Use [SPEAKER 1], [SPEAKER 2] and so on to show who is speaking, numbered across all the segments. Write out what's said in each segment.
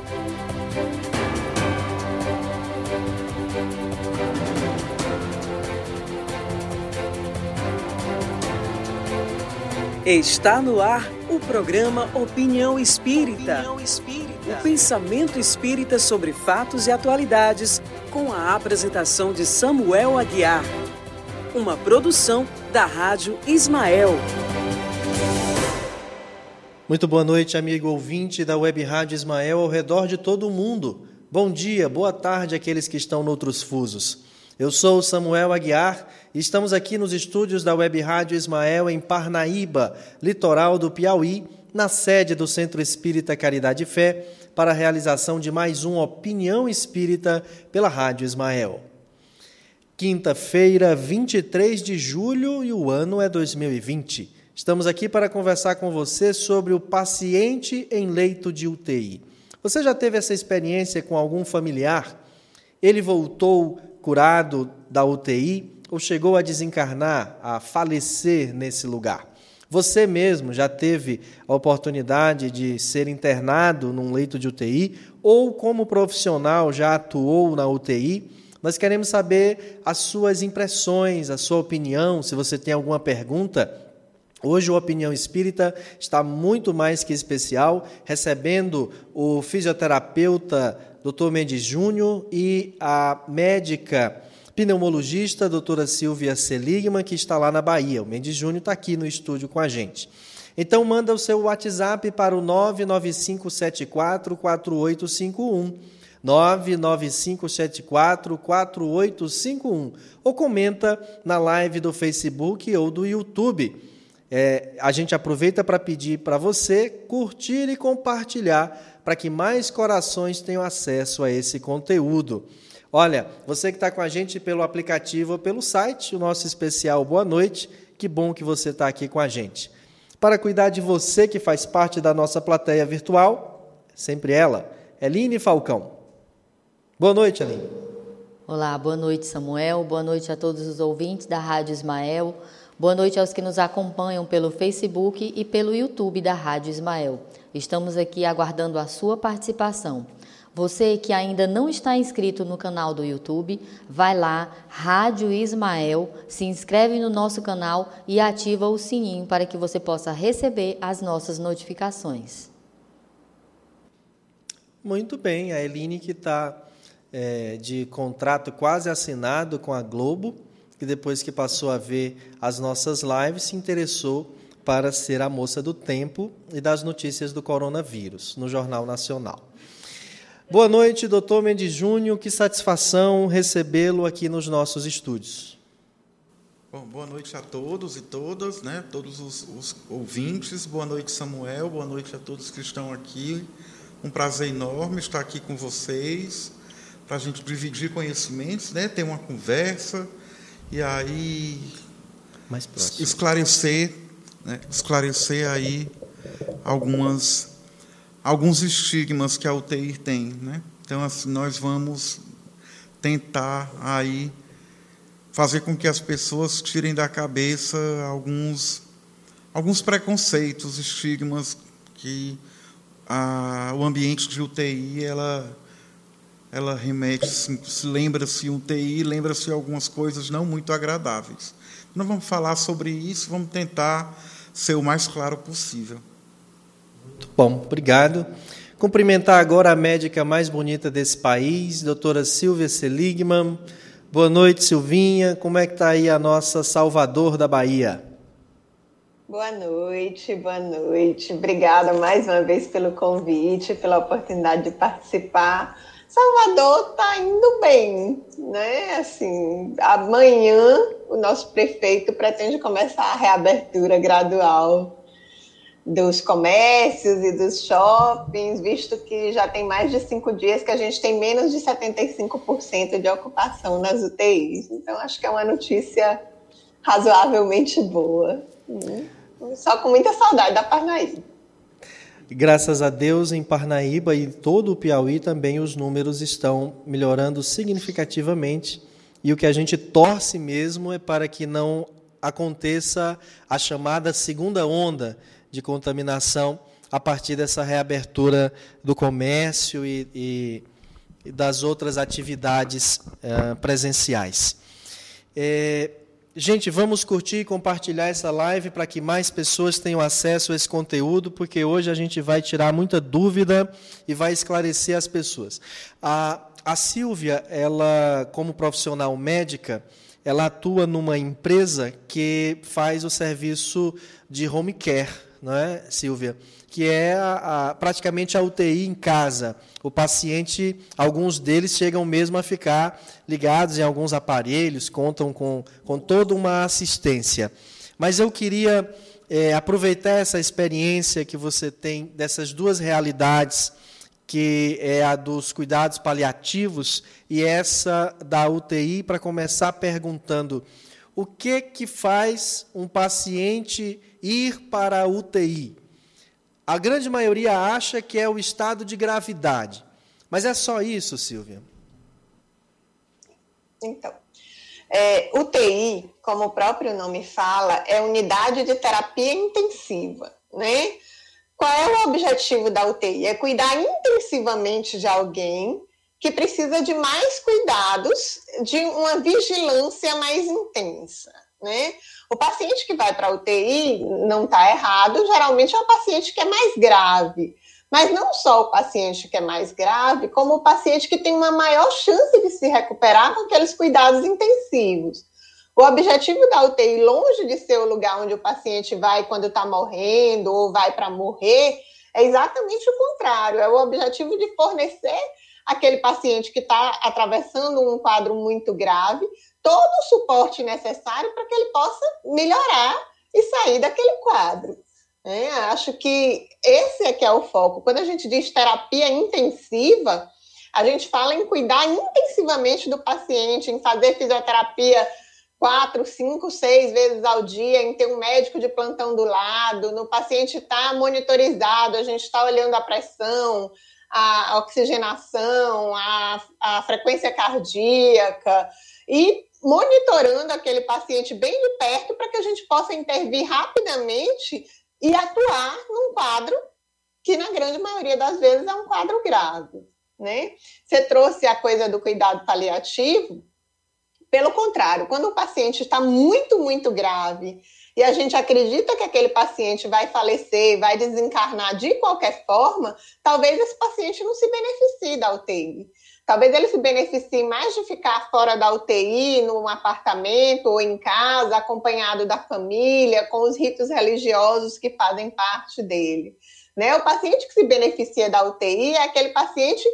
[SPEAKER 1] Está no ar o programa Opinião Espírita. O pensamento espírita sobre fatos e atualidades, com a apresentação de Samuel Aguiar. Uma produção da Rádio Ismael.
[SPEAKER 2] Muito boa noite, amigo ouvinte da Web Rádio Ismael ao redor de todo o mundo. Bom dia, boa tarde àqueles que estão noutros fusos. Eu sou Samuel Aguiar e estamos aqui nos estúdios da Web Rádio Ismael em Parnaíba, litoral do Piauí, na sede do Centro Espírita Caridade e Fé, para a realização de mais uma Opinião Espírita pela Rádio Ismael. Quinta-feira, 23 de julho e o ano é 2020. Estamos aqui para conversar com você sobre o paciente em leito de UTI. Você já teve essa experiência com algum familiar? Ele voltou curado da UTI ou chegou a desencarnar, a falecer nesse lugar? Você mesmo já teve a oportunidade de ser internado num leito de UTI ou como profissional já atuou na UTI? Nós queremos saber as suas impressões, a sua opinião, se você tem alguma pergunta. Hoje o Opinião Espírita está muito mais que especial, recebendo o fisioterapeuta Dr. Mendes Júnior e a médica pneumologista doutora Silvia Seligman, que está lá na Bahia. O Mendes Júnior está aqui no estúdio com a gente. Então manda o seu WhatsApp para o 995744851, 995744851, ou comenta na live do Facebook ou do YouTube. A gente aproveita para pedir para você curtir e compartilhar para que mais corações tenham acesso a esse conteúdo. Olha, você que está com a gente pelo aplicativo ou pelo site, o nosso especial Boa Noite, que bom que você está aqui com a gente. Para cuidar de você que faz parte da nossa plateia virtual, sempre ela, Eline Falcão. Boa noite, Eline.
[SPEAKER 3] Olá, boa noite, Samuel, boa noite a todos os ouvintes da Rádio Ismael, boa noite aos que nos acompanham pelo Facebook e pelo YouTube da Rádio Ismael. Estamos aqui aguardando a sua participação. Você que ainda não está inscrito no canal do YouTube, vai lá, Rádio Ismael, se inscreve no nosso canal e ativa o sininho para que você possa receber as nossas notificações.
[SPEAKER 2] Muito bem, a Eline que está de contrato quase assinado com a Globo, que depois que passou a ver as nossas lives, se interessou para ser a moça do tempo e das notícias do coronavírus no Jornal Nacional. Boa noite, doutor Mendes Júnior, que satisfação recebê-lo aqui nos nossos estúdios.
[SPEAKER 4] Bom, boa noite a todos e todas, né? Todos os ouvintes, boa noite, Samuel, boa noite a todos que estão aqui. Um prazer enorme estar aqui com vocês, para a gente dividir conhecimentos, né? Ter uma conversa e aí esclarecer aí alguns estigmas que a UTI tem, né? Então, assim, nós vamos tentar aí fazer com que as pessoas tirem da cabeça alguns preconceitos, estigmas que o ambiente de UTI ela remete, se lembra-se UTI, lembra-se algumas coisas não muito agradáveis. Nós vamos falar sobre isso, vamos tentar ser o mais claro possível.
[SPEAKER 2] Muito bom, obrigado. Cumprimentar agora a médica mais bonita desse país, doutora Silvia Seligman. Boa noite, Silvinha. Como é que está aí a nossa Salvador da Bahia?
[SPEAKER 5] Boa noite, boa noite. Obrigada mais uma vez pelo convite, pela oportunidade de participar. Salvador está indo bem, né? Assim, amanhã o nosso prefeito pretende começar a reabertura gradual dos comércios e dos shoppings, visto que já tem mais de 5 dias que a gente tem menos de 75% de ocupação nas UTIs. Então, acho que é uma notícia razoavelmente boa. Só com muita saudade da Parnaíba.
[SPEAKER 2] Graças a Deus, em Parnaíba e todo o Piauí também os números estão melhorando significativamente. E o que a gente torce mesmo é para que não aconteça a chamada segunda onda de contaminação a partir dessa reabertura do comércio e das outras atividades presenciais. Gente, vamos curtir e compartilhar essa live para que mais pessoas tenham acesso a esse conteúdo, porque hoje a gente vai tirar muita dúvida e vai esclarecer as pessoas. A Silvia, ela, como profissional médica, ela atua numa empresa que faz o serviço de home care, não é, Silvia? Que é praticamente a UTI em casa. O paciente, alguns deles chegam mesmo a ficar ligados em alguns aparelhos, contam com toda uma assistência. Mas eu queria aproveitar essa experiência que você tem dessas duas realidades, que é a dos cuidados paliativos e essa da UTI, para começar perguntando o que faz um paciente ir para a UTI? A grande maioria acha que é o estado de gravidade. Mas é só isso, Silvia?
[SPEAKER 5] Então, UTI, como o próprio nome fala, é unidade de terapia intensiva, né? Qual é o objetivo da UTI? É cuidar intensivamente de alguém que precisa de mais cuidados, de uma vigilância mais intensa, né? O paciente que vai para a UTI, não está errado, geralmente é o paciente que é mais grave. Mas não só o paciente que é mais grave, como o paciente que tem uma maior chance de se recuperar com aqueles cuidados intensivos. O objetivo da UTI, longe de ser o lugar onde o paciente vai quando está morrendo ou vai para morrer, é exatamente o contrário. É o objetivo de fornecer àquele paciente que está atravessando um quadro muito grave todo o suporte necessário para que ele possa melhorar e sair daquele quadro. Acho que esse é que é o foco. Quando a gente diz terapia intensiva, a gente fala em cuidar intensivamente do paciente, em fazer fisioterapia 4, 5, 6 vezes ao dia, em ter um médico de plantão do lado, no paciente estar monitorizado, a gente está olhando a pressão, a oxigenação, a frequência cardíaca e monitorando aquele paciente bem de perto para que a gente possa intervir rapidamente e atuar num quadro que, na grande maioria das vezes, é um quadro grave, né? Você trouxe a coisa do cuidado paliativo. Pelo contrário, quando o paciente está muito, muito grave e a gente acredita que aquele paciente vai falecer, vai desencarnar de qualquer forma, talvez esse paciente não se beneficie da UTI. Talvez ele se beneficie mais de ficar fora da UTI, num apartamento ou em casa, acompanhado da família, com os ritos religiosos que fazem parte dele, né? O paciente que se beneficia da UTI é aquele paciente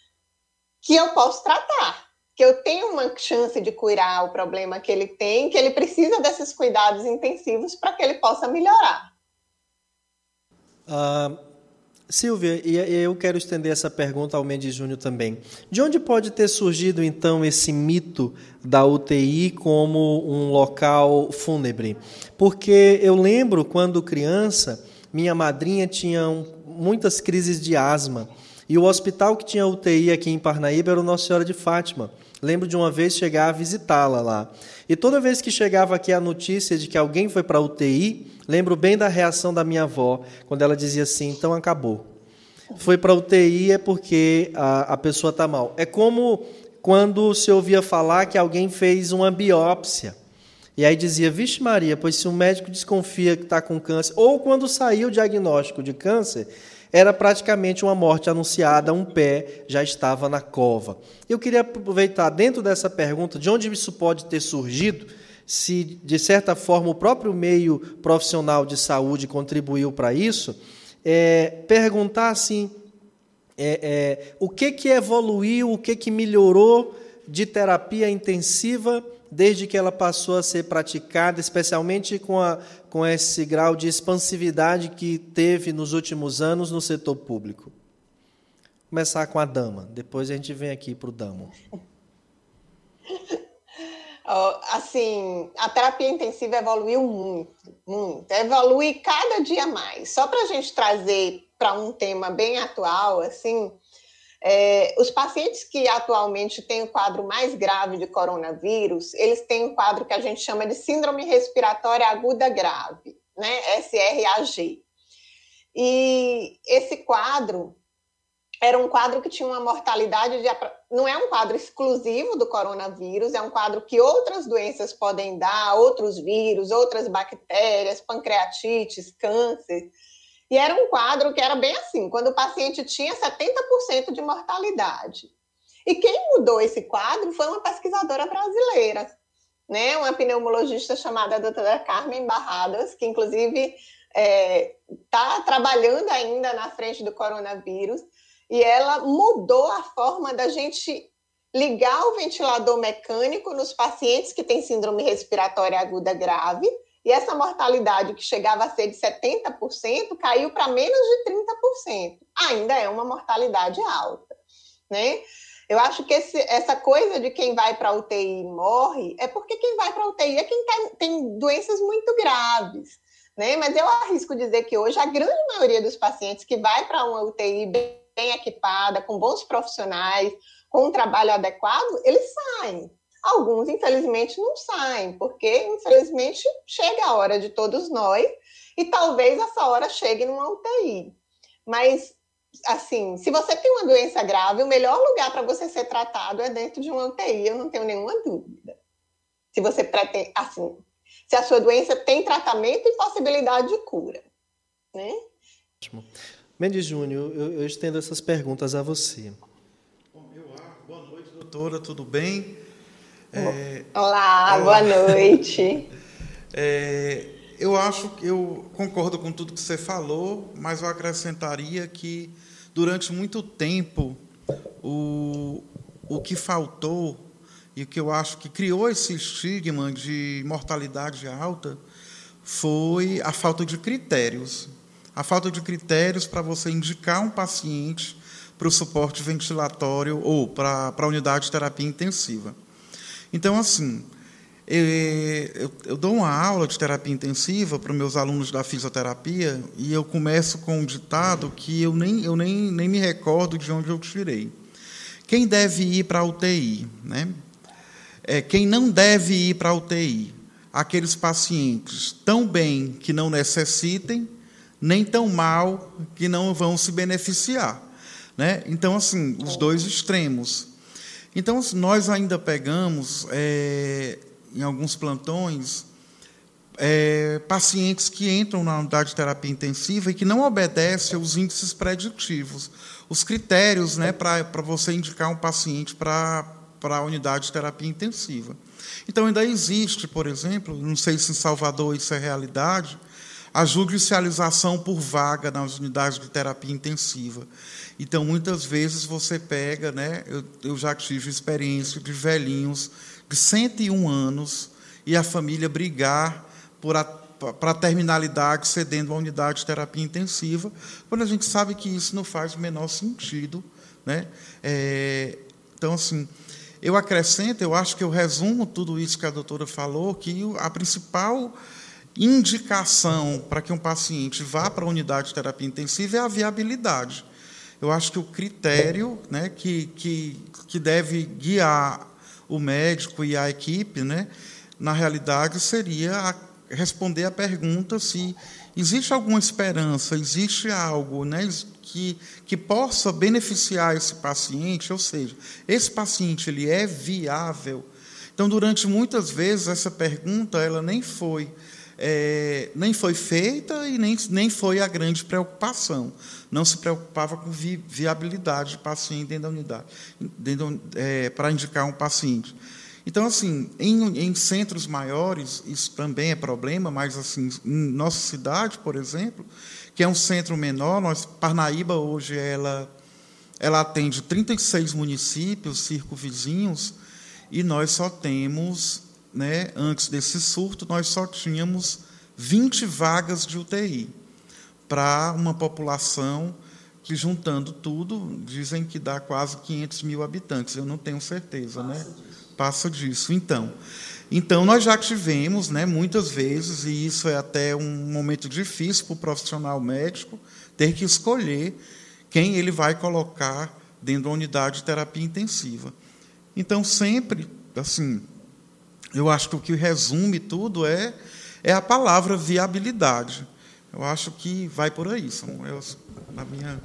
[SPEAKER 5] que eu posso tratar, que eu tenho uma chance de curar o problema que ele tem, que ele precisa desses cuidados intensivos para que ele possa melhorar.
[SPEAKER 2] Silvia, e eu quero estender essa pergunta ao Mendes Júnior também. De onde pode ter surgido, então, esse mito da UTI como um local fúnebre? Porque eu lembro, quando criança, minha madrinha tinha muitas crises de asma, e o hospital que tinha UTI aqui em Parnaíba era o Nossa Senhora de Fátima. Lembro de uma vez chegar a visitá-la lá. E toda vez que chegava aqui a notícia de que alguém foi para a UTI, lembro bem da reação da minha avó, quando ela dizia assim, então acabou. Foi para a UTI é porque a pessoa está mal. É como quando se ouvia falar que alguém fez uma biópsia. E aí dizia, vixe Maria, pois se um médico desconfia que está com câncer, ou quando saiu o diagnóstico de câncer, era praticamente uma morte anunciada, um pé já estava na cova. Eu queria aproveitar, dentro dessa pergunta, de onde isso pode ter surgido, se, de certa forma, o próprio meio profissional de saúde contribuiu para isso, perguntar assim, o que evoluiu, o que melhorou de terapia intensiva desde que ela passou a ser praticada, especialmente com esse grau de expansividade que teve nos últimos anos no setor público. Vou começar com a dama, depois a gente vem aqui para o damo.
[SPEAKER 5] Assim, a terapia intensiva evoluiu muito, muito. Evolui cada dia mais. Só para a gente trazer para um tema bem atual, assim, os pacientes que atualmente têm o quadro mais grave de coronavírus, eles têm um quadro que a gente chama de síndrome respiratória aguda grave, né? SRAG. E esse quadro era um quadro que tinha uma mortalidade não é um quadro exclusivo do coronavírus, é um quadro que outras doenças podem dar, outros vírus, outras bactérias, pancreatites, câncer. E era um quadro que era bem assim, quando o paciente tinha 70% de mortalidade. E quem mudou esse quadro foi uma pesquisadora brasileira, né? Uma pneumologista chamada doutora Carmen Barradas, que inclusive está trabalhando ainda na frente do coronavírus, e ela mudou a forma da gente ligar o ventilador mecânico nos pacientes que têm síndrome respiratória aguda grave, e essa mortalidade que chegava a ser de 70% caiu para menos de 30%. Ainda é uma mortalidade alta, né? Eu acho que essa coisa de quem vai para a UTI e morre é porque quem vai para a UTI é quem tem doenças muito graves, né? Mas eu arrisco dizer que hoje a grande maioria dos pacientes que vai para uma UTI bem equipada, com bons profissionais, com um trabalho adequado, eles saem. Alguns, infelizmente, não saem, porque, infelizmente, chega a hora de todos nós e talvez essa hora chegue numa UTI. Mas, assim, se você tem uma doença grave, o melhor lugar para você ser tratado é dentro de uma UTI, eu não tenho nenhuma dúvida. Se você pretende, assim, se a sua doença tem tratamento e possibilidade de cura, né?
[SPEAKER 2] Ótimo. Mendes Júnior, eu estendo essas perguntas a você.
[SPEAKER 4] Boa noite, doutora, tudo bem?
[SPEAKER 5] Olá, boa noite.
[SPEAKER 4] Eu acho que eu concordo com tudo que você falou, mas eu acrescentaria que, durante muito tempo, o que faltou e o que eu acho que criou esse estigma de mortalidade alta foi a falta de critérios. A falta de critérios para você indicar um paciente para o suporte ventilatório ou para a unidade de terapia intensiva. Então, assim, eu dou uma aula de terapia intensiva para os meus alunos da fisioterapia e eu começo com um ditado que eu nem me recordo de onde eu tirei. Quem deve ir para a UTI? Né? Quem não deve ir para a UTI? Aqueles pacientes tão bem que não necessitem, nem tão mal que não vão se beneficiar. Né? Então, assim, os dois extremos. Então, nós ainda pegamos, em alguns plantões, pacientes que entram na unidade de terapia intensiva e que não obedecem aos índices preditivos, os critérios, né, para você indicar um paciente para a unidade de terapia intensiva. Então, ainda existe, por exemplo, não sei se em Salvador isso é realidade, a judicialização por vaga nas unidades de terapia intensiva. Então, muitas vezes você pega, né, eu já tive experiência de velhinhos de 101 anos e a família brigar para a terminalidade cedendo a unidade de terapia intensiva, quando a gente sabe que isso não faz o menor sentido. Né? Então, assim, eu acrescento, eu acho que eu resumo tudo isso que a doutora falou, que a principal indicação para que um paciente vá para a unidade de terapia intensiva é a viabilidade. Eu acho que o critério, né, que deve guiar o médico e a equipe, né, na realidade, seria responder à pergunta se existe alguma esperança, existe algo, né, que possa beneficiar esse paciente, ou seja, esse paciente ele é viável. Então, durante muitas vezes, essa pergunta ela nem foi feita e nem foi a grande preocupação. Não se preocupava com viabilidade de paciente dentro da unidade, para indicar um paciente. Então, assim, em centros maiores, isso também é problema, mas, assim, em nossa cidade, por exemplo, que é um centro menor, Parnaíba, hoje, ela atende 36 municípios circunvizinhos, e nós só temos, né, antes desse surto, nós só tínhamos 20 vagas de UTI para uma população que, juntando tudo, dizem que dá quase 500 mil habitantes. Eu não tenho certeza, né? Passa disso. Então, nós já tivemos, né, muitas vezes, e isso é até um momento difícil para o profissional médico, ter que escolher quem ele vai colocar dentro da unidade de terapia intensiva. Então, sempre, assim, eu acho que o que resume tudo é a palavra viabilidade. Eu acho que vai por aí, Samuel, na minha...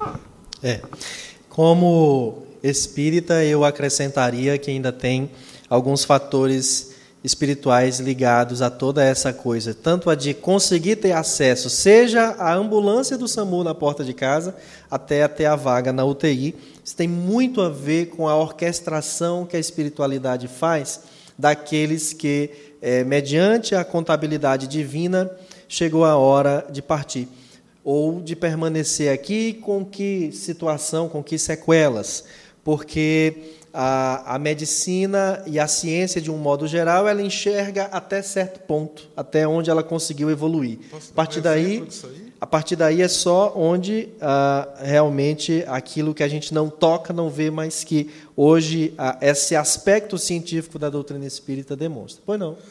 [SPEAKER 2] Como espírita, eu acrescentaria que ainda tem alguns fatores espirituais ligados a toda essa coisa, tanto a de conseguir ter acesso, seja a ambulância do SAMU na porta de casa, até ter a vaga na UTI. Isso tem muito a ver com a orquestração que a espiritualidade faz daqueles que, mediante a contabilidade divina, chegou a hora de partir, ou de permanecer aqui, com que situação, com que sequelas, porque a medicina e a ciência, de um modo geral, ela enxerga até certo ponto, até onde ela conseguiu evoluir. A partir daí é só onde realmente aquilo que a gente não toca, não vê, mas que hoje esse aspecto científico da doutrina espírita demonstra. Pois não?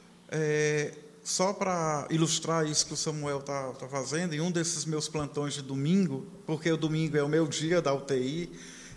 [SPEAKER 4] Só para ilustrar isso que o Samuel está fazendo, em um desses meus plantões de domingo, porque o domingo é o meu dia da UTI,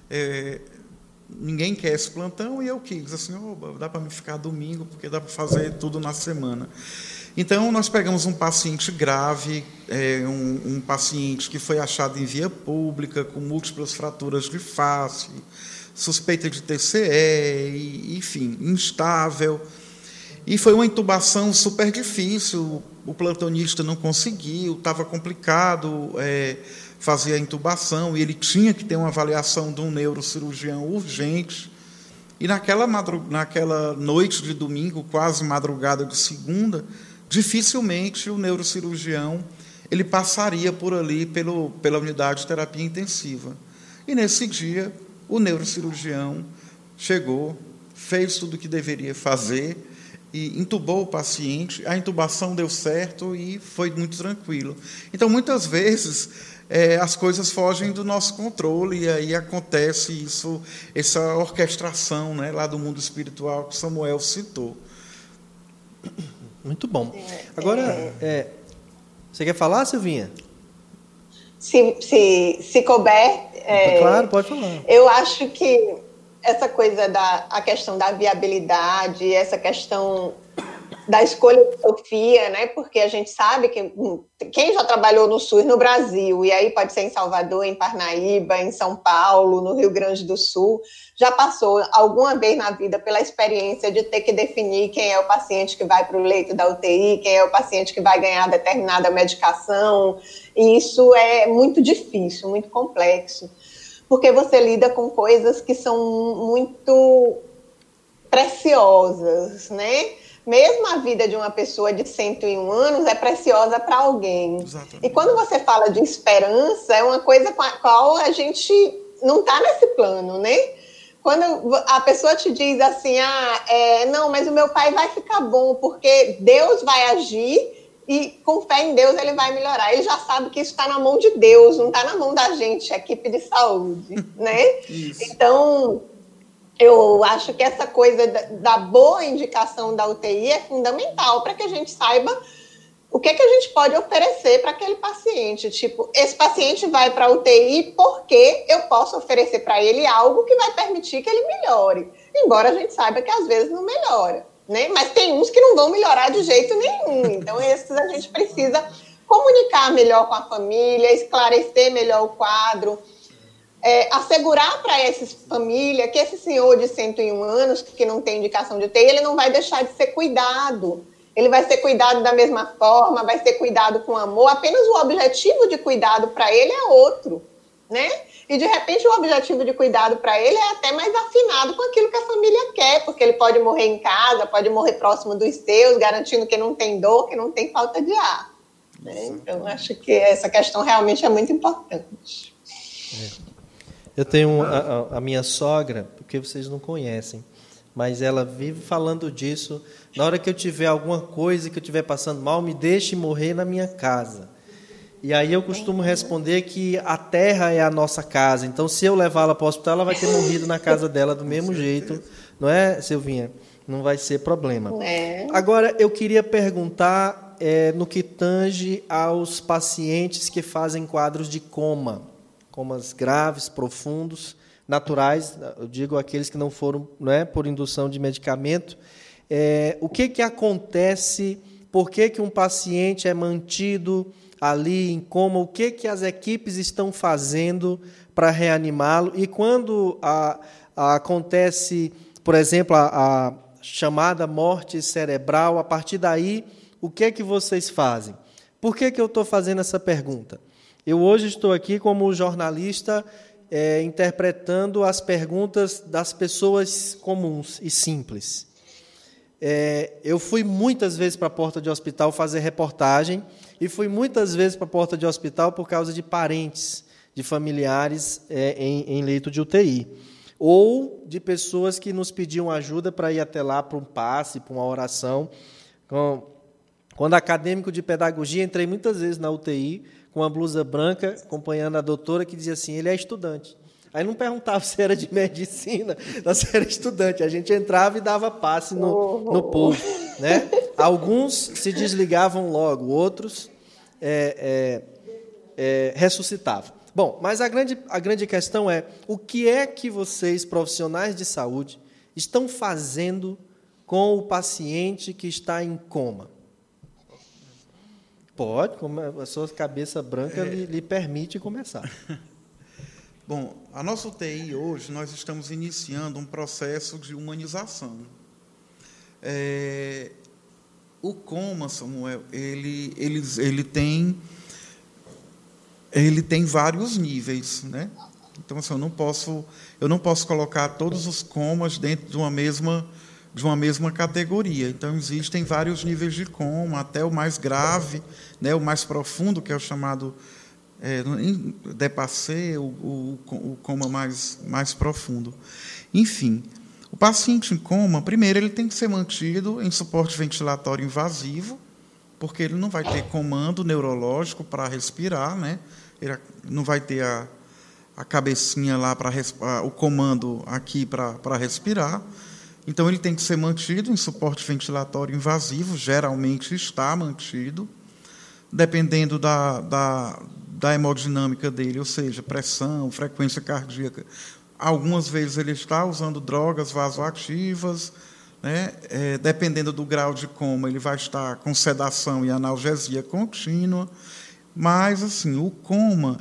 [SPEAKER 4] ninguém quer esse plantão, e eu quis, assim, dá para me ficar domingo, porque dá para fazer tudo na semana. Então, nós pegamos um paciente grave, um paciente que foi achado em via pública, com múltiplas fraturas de face, suspeita de TCE, enfim, instável. E foi uma intubação super difícil, o plantonista não conseguiu, estava complicado fazer a intubação, e ele tinha que ter uma avaliação de um neurocirurgião urgente. E naquela noite de domingo, quase madrugada de segunda, dificilmente o neurocirurgião ele passaria por ali pela unidade de terapia intensiva. E, nesse dia, o neurocirurgião chegou, fez tudo o que deveria fazer, e intubou o paciente. A intubação deu certo e foi muito tranquilo. Então, muitas vezes, as coisas fogem do nosso controle, e aí acontece isso, essa orquestração, né, lá do mundo espiritual que Samuel citou.
[SPEAKER 2] Muito bom. Agora, você quer falar, Silvinha?
[SPEAKER 5] Se couber...
[SPEAKER 2] Claro, pode falar.
[SPEAKER 5] Eu acho que essa coisa a questão da viabilidade, essa questão da escolha de Sofia, né? Porque a gente sabe que quem já trabalhou no SUS no Brasil, e aí pode ser em Salvador, em Parnaíba, em São Paulo, no Rio Grande do Sul, já passou alguma vez na vida pela experiência de ter que definir quem é o paciente que vai para o leito da UTI, quem é o paciente que vai ganhar determinada medicação, e isso é muito difícil, muito complexo, porque você lida com coisas que são muito preciosas, né? Mesmo a vida de uma pessoa de 101 anos é preciosa para alguém. Exatamente. E quando você fala de esperança, é uma coisa com a qual a gente não está nesse plano, né? Quando a pessoa te diz assim, não, mas o meu pai vai ficar bom, porque Deus vai agir e com fé em Deus ele vai melhorar. Ele já sabe que isso está na mão de Deus, não está na mão da gente, equipe de saúde, né? Isso. Então, eu acho que essa coisa da boa indicação da UTI é fundamental para que a gente saiba o que a gente pode oferecer para aquele paciente. Tipo, esse paciente vai para a UTI porque eu posso oferecer para ele algo que vai permitir que ele melhore. Embora a gente saiba que às vezes não melhora, né? Mas tem uns que não vão melhorar de jeito nenhum. Então, esses a gente precisa comunicar melhor com a família, esclarecer melhor o quadro, assegurar para essa família que esse senhor de 101 anos, que não tem indicação de UTI, ele não vai deixar de ser cuidado. Ele vai ser cuidado da mesma forma, vai ser cuidado com amor, apenas o objetivo de cuidado para ele é outro, né? E, de repente, o objetivo de cuidado para ele é até mais afinado com aquilo que a família quer, porque ele pode morrer em casa, pode morrer próximo dos seus, garantindo que não tem dor, que não tem falta de ar, né? Então, acho que essa questão realmente é muito importante.
[SPEAKER 2] Eu tenho a minha sogra, porque vocês não conhecem, mas ela vive falando disso. Na hora que eu tiver alguma coisa, que eu estiver passando mal, me deixe morrer na minha casa. E aí eu costumo responder que a terra é a nossa casa. Então, se eu levá-la para o hospital, ela vai ter morrido na casa dela do mesmo jeito. Não é, Silvinha? Não vai ser problema. Agora, eu queria perguntar no que tange aos pacientes que fazem quadros de comas graves, profundos, naturais, eu digo aqueles que não foram, por indução de medicamento. O que acontece, por que um paciente é mantido ali em coma, o que as equipes estão fazendo para reanimá-lo? E quando acontece, por exemplo, a chamada morte cerebral, a partir daí, o que vocês fazem? Por que eu estou fazendo essa pergunta? Eu hoje estou aqui como jornalista interpretando as perguntas das pessoas comuns e simples. Eu fui muitas vezes para a porta de hospital fazer reportagem e fui muitas vezes para a porta de hospital por causa de parentes, de familiares em leito de UTI, ou de pessoas que nos pediam ajuda para ir até lá para um passe, para uma oração. Quando acadêmico de pedagogia, entrei muitas vezes na UTI com uma blusa branca, acompanhando a doutora, que dizia assim, ele é estudante. Aí não perguntava se era de medicina, se era estudante. A gente entrava e dava passe no povo, né? Alguns se desligavam logo, outros ressuscitavam. Bom, mas a grande questão é, o que é que vocês, profissionais de saúde, estão fazendo com o paciente que está em coma? Pode, como a sua cabeça branca lhe permite começar.
[SPEAKER 4] Bom, a nossa UTI hoje, nós estamos iniciando um processo de humanização. O coma, Samuel, ele tem vários níveis, né? Então, assim, eu não posso colocar todos os comas dentro de uma mesma categoria. Então, existem vários níveis de coma, até o mais grave, né, o mais profundo, que é o chamado dépassé, o coma mais profundo. Enfim, o paciente em coma, primeiro, ele tem que ser mantido em suporte ventilatório invasivo, porque ele não vai ter comando neurológico para respirar, né? Ele não vai ter a cabecinha lá, o comando aqui para respirar. Então, ele tem que ser mantido em suporte ventilatório invasivo, geralmente está mantido, dependendo da hemodinâmica dele, ou seja, pressão, frequência cardíaca. Algumas vezes ele está usando drogas vasoativas, né? Dependendo do grau de coma, ele vai estar com sedação e analgesia contínua. Mas, assim, o coma,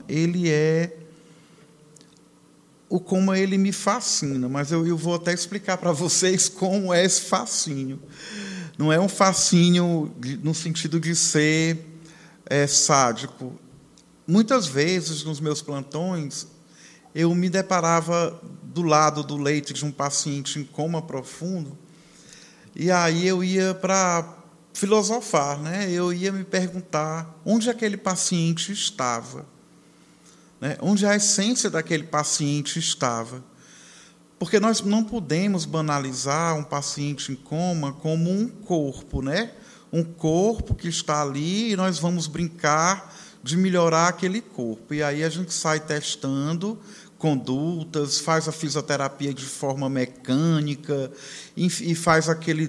[SPEAKER 4] ele me fascina, mas eu vou até explicar para vocês como é esse fascínio. Não é um fascínio no sentido de ser sádico. Muitas vezes, nos meus plantões, eu me deparava do lado do leito de um paciente em coma profundo, e aí eu ia para filosofar, né? Eu ia me perguntar onde aquele paciente estava, né? Onde a essência daquele paciente estava. Porque nós não podemos banalizar um paciente em coma como um corpo, né? Um corpo que está ali e nós vamos brincar de melhorar aquele corpo. E aí a gente sai testando condutas, faz a fisioterapia de forma mecânica e faz aquele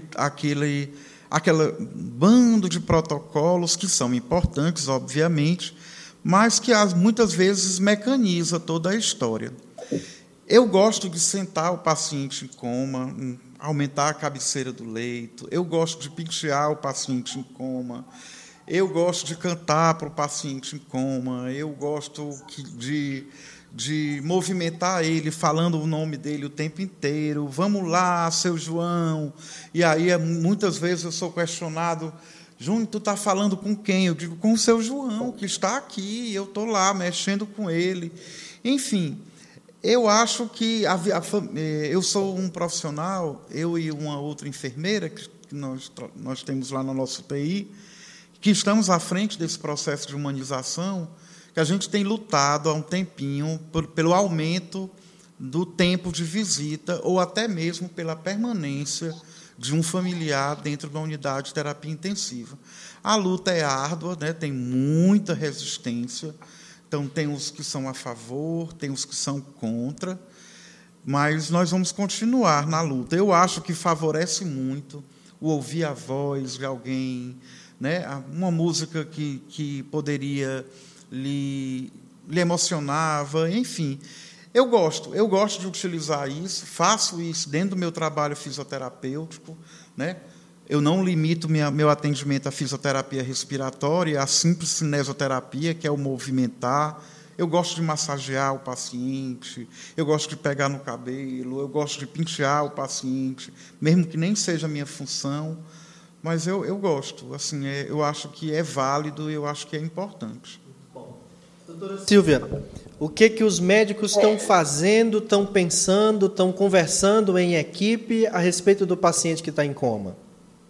[SPEAKER 4] bando de protocolos que são importantes, obviamente, mas que muitas vezes mecaniza toda a história. Eu gosto de sentar o paciente em coma, aumentar a cabeceira do leito, eu gosto de pentear o paciente em coma, eu gosto de cantar para o paciente em coma, eu gosto de movimentar ele, falando o nome dele o tempo inteiro. Vamos lá, seu João. E aí, muitas vezes, eu sou questionado, Júnior, tu está falando com quem? Eu digo, com o seu João, que está aqui, eu estou lá, mexendo com ele. Enfim, eu acho que eu sou um profissional, eu e uma outra enfermeira, que nós temos lá na nossa UTI, que estamos à frente desse processo de humanização, que a gente tem lutado há um tempinho pelo aumento do tempo de visita ou até mesmo pela permanência de um familiar dentro da unidade de terapia intensiva. A luta é árdua, né? Tem muita resistência, então tem os que são a favor, tem os que são contra, mas nós vamos continuar na luta. Eu acho que favorece muito o ouvir a voz de alguém, né? Uma música que poderia lhe emocionava, enfim. Eu gosto de utilizar isso, faço isso dentro do meu trabalho fisioterapêutico, né? Eu não limito meu atendimento à fisioterapia respiratória, à simples cinesioterapia, que é o movimentar. Eu gosto de massagear o paciente, eu gosto de pegar no cabelo, eu gosto de pentear o paciente, mesmo que nem seja a minha função, mas eu gosto. Assim, eu acho que é válido e eu acho que é importante.
[SPEAKER 2] Doutora Silvia, o que os médicos estão fazendo, estão pensando, estão conversando em equipe a respeito do paciente que está em coma?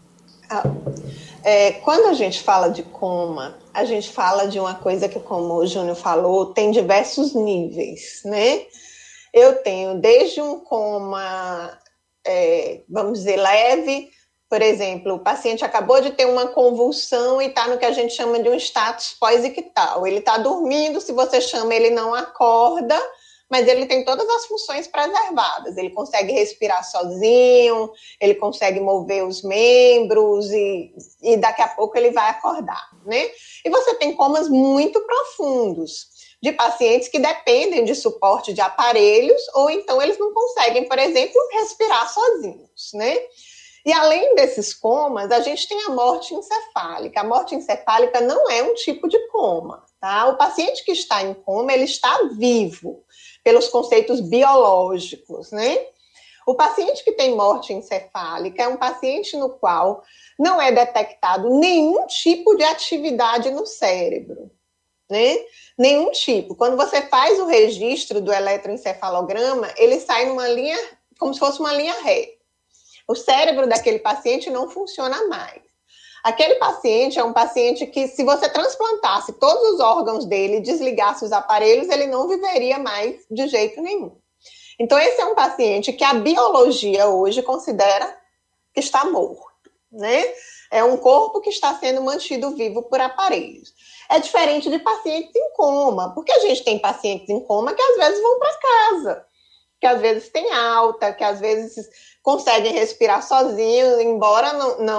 [SPEAKER 5] Quando a gente fala de coma, a gente fala de uma coisa que, como o Júnior falou, tem diversos níveis, né? Eu tenho desde um coma, vamos dizer, leve, por exemplo, o paciente acabou de ter uma convulsão e está no que a gente chama de um status pós-ictal. Ele está dormindo, se você chama, ele não acorda, mas ele tem todas as funções preservadas. Ele consegue respirar sozinho, ele consegue mover os membros e daqui a pouco ele vai acordar, né? E você tem comas muito profundos, de pacientes que dependem de suporte de aparelhos, ou então eles não conseguem, por exemplo, respirar sozinhos, né? E além desses comas, a gente tem a morte encefálica. A morte encefálica não é um tipo de coma, tá? O paciente que está em coma, ele está vivo, pelos conceitos biológicos, né? O paciente que tem morte encefálica é um paciente no qual não é detectado nenhum tipo de atividade no cérebro, né? Nenhum tipo. Quando você faz o registro do eletroencefalograma, ele sai numa linha, como se fosse uma linha reta. O cérebro daquele paciente não funciona mais. Aquele paciente é um paciente que, se você transplantasse todos os órgãos dele e desligasse os aparelhos, ele não viveria mais de jeito nenhum. Então, esse é um paciente que a biologia hoje considera que está morto, né? É um corpo que está sendo mantido vivo por aparelhos. É diferente de pacientes em coma, porque a gente tem pacientes em coma que às vezes vão para casa, que às vezes têm alta, que às vezes conseguem respirar sozinhos, embora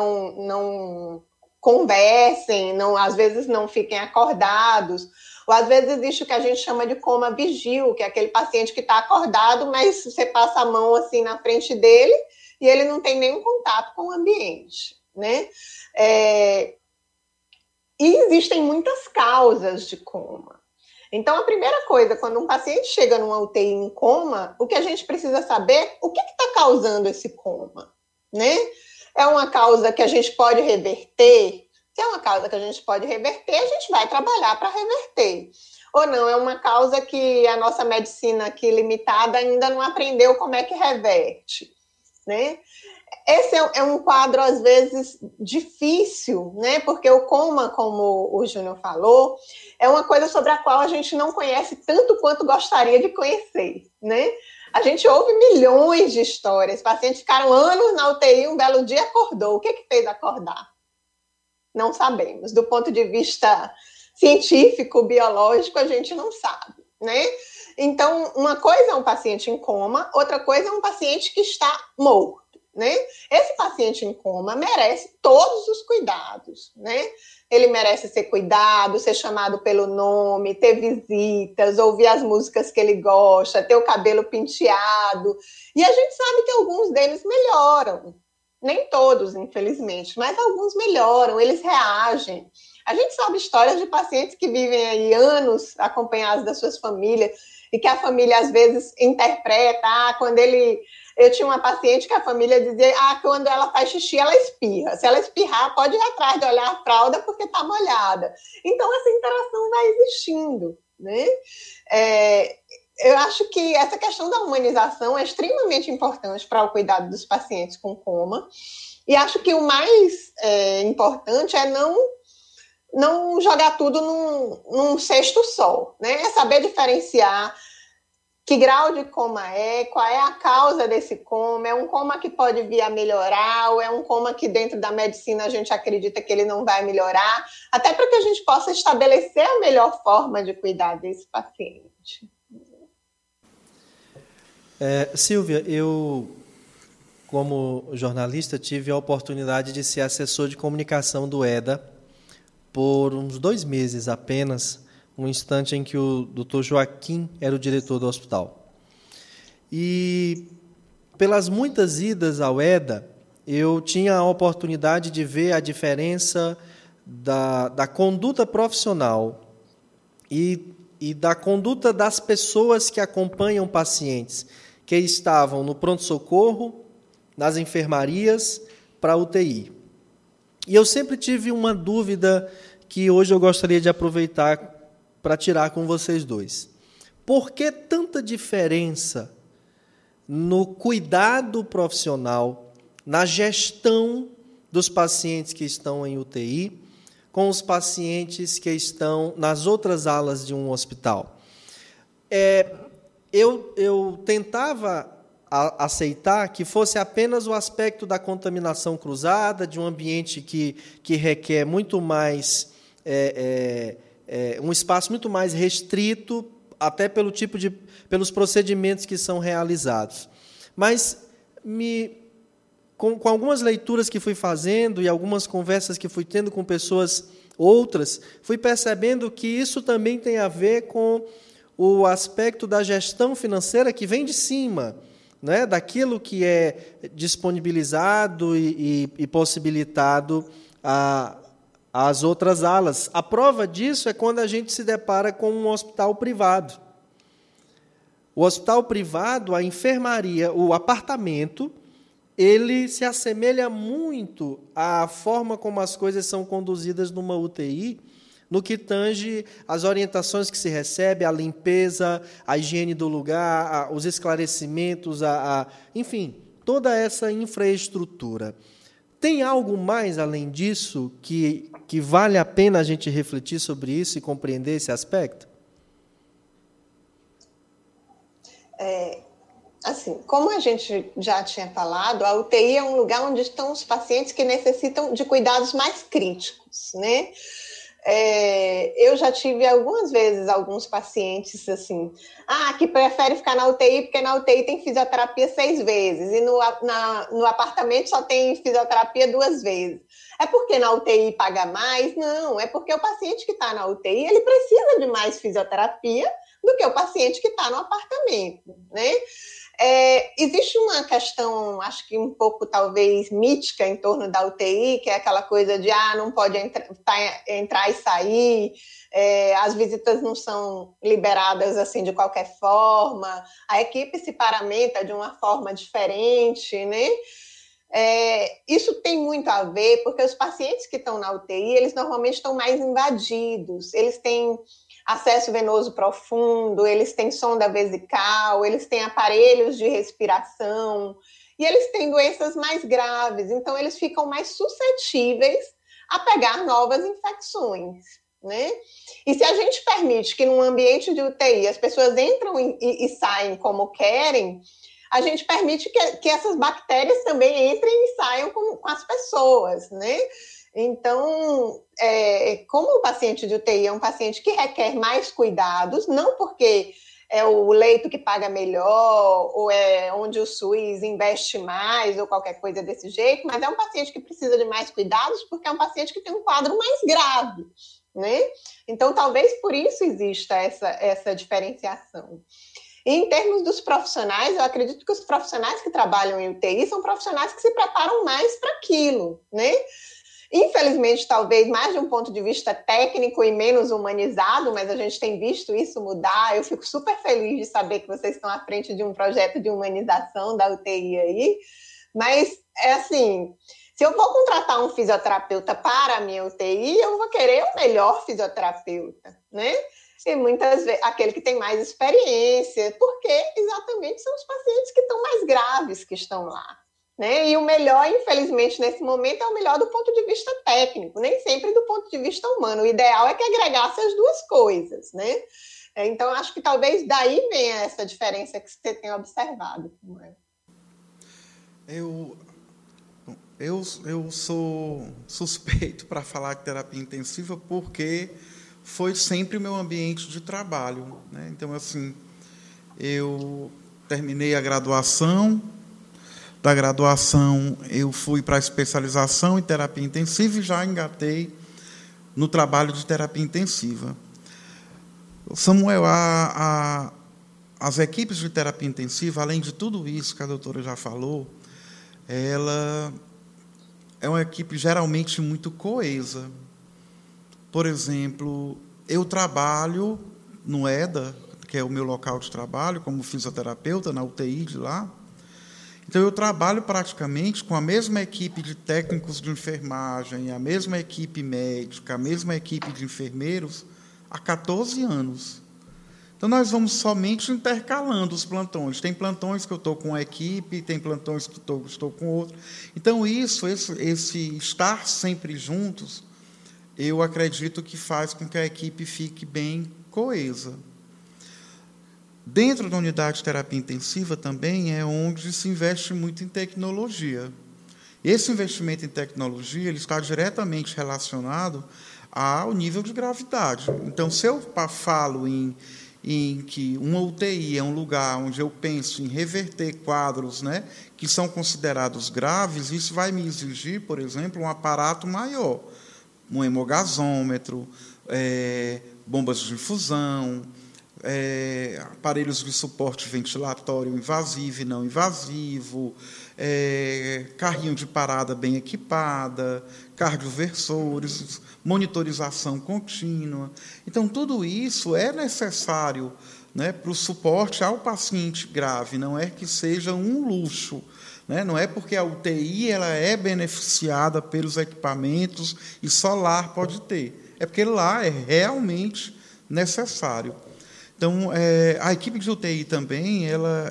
[SPEAKER 5] não conversem, às vezes não fiquem acordados, ou às vezes existe o que a gente chama de coma vigil, que é aquele paciente que está acordado, mas você passa a mão assim na frente dele e ele não tem nenhum contato com o ambiente, né? E existem muitas causas de coma. Então, a primeira coisa, quando um paciente chega numa UTI em coma, o que a gente precisa saber é o que está causando esse coma, né? É uma causa que a gente pode reverter? Se é uma causa que a gente pode reverter, a gente vai trabalhar para reverter. Ou não, é uma causa que a nossa medicina aqui limitada ainda não aprendeu como é que reverte, né? Esse é um quadro, às vezes, difícil, né? Porque o coma, como o Júnior falou, é uma coisa sobre a qual a gente não conhece tanto quanto gostaria de conhecer, né? A gente ouve milhões de histórias. Pacientes ficaram anos na UTI, um belo dia acordou. O que fez acordar? Não sabemos. Do ponto de vista científico, biológico, a gente não sabe, né? Então, uma coisa é um paciente em coma, outra coisa é um paciente que está morto, né? Esse paciente em coma merece todos os cuidados, né? Ele merece ser cuidado, ser chamado pelo nome, ter visitas, ouvir as músicas que ele gosta, ter o cabelo penteado. E a gente sabe que alguns deles melhoram. Nem todos, infelizmente, mas alguns melhoram, eles reagem. A gente sabe histórias de pacientes que vivem aí anos acompanhados das suas famílias e que a família, às vezes, interpreta, Eu tinha uma paciente que a família dizia, quando ela faz xixi, ela espirra. Se ela espirrar, pode ir atrás de olhar a fralda porque está molhada. Então, essa interação vai existindo, né? Eu acho que essa questão da humanização é extremamente importante para o cuidado dos pacientes com coma. E acho que o mais importante é não jogar tudo num cesto só, né? É saber diferenciar que grau de coma qual é a causa desse coma, é um coma que pode vir a melhorar, ou é um coma que dentro da medicina a gente acredita que ele não vai melhorar, até para que a gente possa estabelecer a melhor forma de cuidar desse paciente.
[SPEAKER 2] Silvia, eu, como jornalista, tive a oportunidade de ser assessor de comunicação do EDA por uns 2 meses apenas, um instante em que o Dr. Joaquim era o diretor do hospital. E, pelas muitas idas ao EDA, eu tinha a oportunidade de ver a diferença da conduta profissional e da conduta das pessoas que acompanham pacientes que estavam no pronto-socorro, nas enfermarias, para a UTI. E eu sempre tive uma dúvida que hoje eu gostaria de aproveitar para tirar com vocês dois. Por que tanta diferença no cuidado profissional, na gestão dos pacientes que estão em UTI, com os pacientes que estão nas outras alas de um hospital? Eu tentava aceitar que fosse apenas o aspecto da contaminação cruzada, de um ambiente que requer muito mais, um espaço muito mais restrito, até pelos procedimentos que são realizados. Mas, com algumas leituras que fui fazendo e algumas conversas que fui tendo com pessoas outras, fui percebendo que isso também tem a ver com o aspecto da gestão financeira que vem de cima, né, daquilo que é disponibilizado e possibilitado às outras alas. A prova disso é quando a gente se depara com um hospital privado. O hospital privado, a enfermaria, o apartamento, ele se assemelha muito à forma como as coisas são conduzidas numa UTI, no que tange as orientações que se recebe, a limpeza, a higiene do lugar, os esclarecimentos, enfim, toda essa infraestrutura. Tem algo mais além disso que vale a pena a gente refletir sobre isso e compreender esse aspecto?
[SPEAKER 5] Assim, como a gente já tinha falado, a UTI é um lugar onde estão os pacientes que necessitam de cuidados mais críticos, né? Eu já tive algumas vezes alguns pacientes assim, que prefere ficar na UTI porque na UTI tem fisioterapia 6 vezes e no apartamento só tem fisioterapia 2 vezes. É porque na UTI paga mais? Não, é porque o paciente que está na UTI, ele precisa de mais fisioterapia do que o paciente que está no apartamento, né? Existe uma questão, acho que um pouco talvez mítica em torno da UTI, que é aquela coisa de não pode entrar e sair, as visitas não são liberadas assim de qualquer forma, a equipe se paramenta de uma forma diferente, né? Isso tem muito a ver porque os pacientes que estão na UTI, eles normalmente estão mais invadidos, eles têm acesso venoso profundo, eles têm sonda vesical, eles têm aparelhos de respiração, e eles têm doenças mais graves, então eles ficam mais suscetíveis a pegar novas infecções, né? E se a gente permite que num ambiente de UTI as pessoas entram e saem como querem, a gente permite que essas bactérias também entrem e saiam com as pessoas, né? Então, como o paciente de UTI é um paciente que requer mais cuidados, não porque é o leito que paga melhor, ou é onde o SUS investe mais, ou qualquer coisa desse jeito, mas é um paciente que precisa de mais cuidados porque é um paciente que tem um quadro mais grave, né? Então, talvez por isso exista essa diferenciação. E em termos dos profissionais, eu acredito que os profissionais que trabalham em UTI são profissionais que se preparam mais para aquilo, né? Infelizmente, talvez mais de um ponto de vista técnico e menos humanizado, mas a gente tem visto isso mudar. Eu fico super feliz de saber que vocês estão à frente de um projeto de humanização da UTI aí. Mas, assim, se eu vou contratar um fisioterapeuta para a minha UTI, eu vou querer o melhor fisioterapeuta, né? E muitas vezes aquele que tem mais experiência, porque exatamente são os pacientes que estão mais graves que estão lá. Né? E o melhor, infelizmente, nesse momento, é o melhor do ponto de vista técnico, nem sempre do ponto de vista humano. O ideal é que agregasse as duas coisas, né? Então, acho que talvez daí venha essa diferença que você tem observado.
[SPEAKER 4] Eu sou suspeito para falar de terapia intensiva porque foi sempre meu ambiente de trabalho, né? Então, assim, eu terminei a graduação. Da graduação, eu fui para a especialização em terapia intensiva e já engatei no trabalho de terapia intensiva. Samuel, as equipes de terapia intensiva, além de tudo isso que a doutora já falou, é uma equipe geralmente muito coesa. Por exemplo, eu trabalho no EDA, que é o meu local de trabalho, como fisioterapeuta, na UTI de lá. Então, eu trabalho praticamente com a mesma equipe de técnicos de enfermagem, a mesma equipe médica, a mesma equipe de enfermeiros há 14 anos. Então, nós vamos somente intercalando os plantões. Tem plantões que eu estou com uma equipe, tem plantões que estou com outra. Então, esse estar sempre juntos, eu acredito que faz com que a equipe fique bem coesa. Dentro da unidade de terapia intensiva também é onde se investe muito em tecnologia. Esse investimento em tecnologia ele está diretamente relacionado ao nível de gravidade. Então, se eu falo em que uma UTI é um lugar onde eu penso em reverter quadros, né, que são considerados graves, isso vai me exigir, por exemplo, um aparato maior, um hemogazômetro, bombas de infusão, aparelhos de suporte ventilatório invasivo e não invasivo, carrinho de parada bem equipada, cardioversores, monitorização contínua. Então, tudo isso é necessário, né, para o suporte ao paciente grave, não é que seja um luxo, né? Não é porque a UTI ela é beneficiada pelos equipamentos e só lá pode ter, é porque lá é realmente necessário. Então, a equipe de UTI também, ela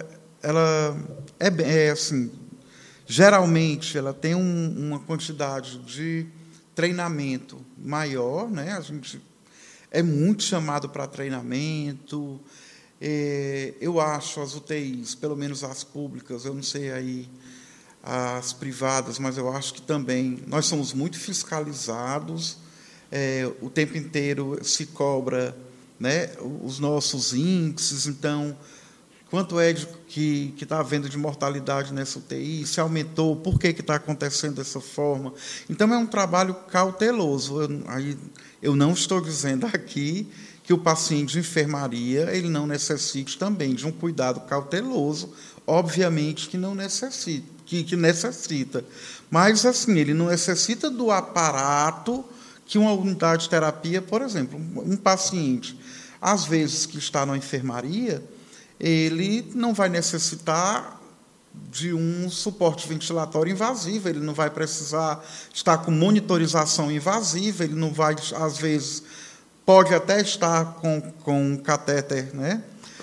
[SPEAKER 4] assim, geralmente, ela tem uma quantidade de treinamento maior, né? A gente é muito chamado para treinamento. Eu acho as UTIs, pelo menos as públicas, eu não sei aí as privadas, mas eu acho que também nós somos muito fiscalizados, o tempo inteiro se cobra, né, os nossos índices. Então, quanto é que está havendo de mortalidade nessa UTI, se aumentou, por que está acontecendo dessa forma. Então, é um trabalho cauteloso. Eu não estou dizendo aqui que o paciente de enfermaria ele não necessite também de um cuidado cauteloso, obviamente que não necessita, que necessita. Mas, assim, ele não necessita do aparato que uma unidade de terapia, por exemplo, um paciente, às vezes, que está na enfermaria, ele não vai necessitar de um suporte ventilatório invasivo, ele não vai precisar estar com monitorização invasiva, ele não vai, às vezes, pode até estar com um catéter, né?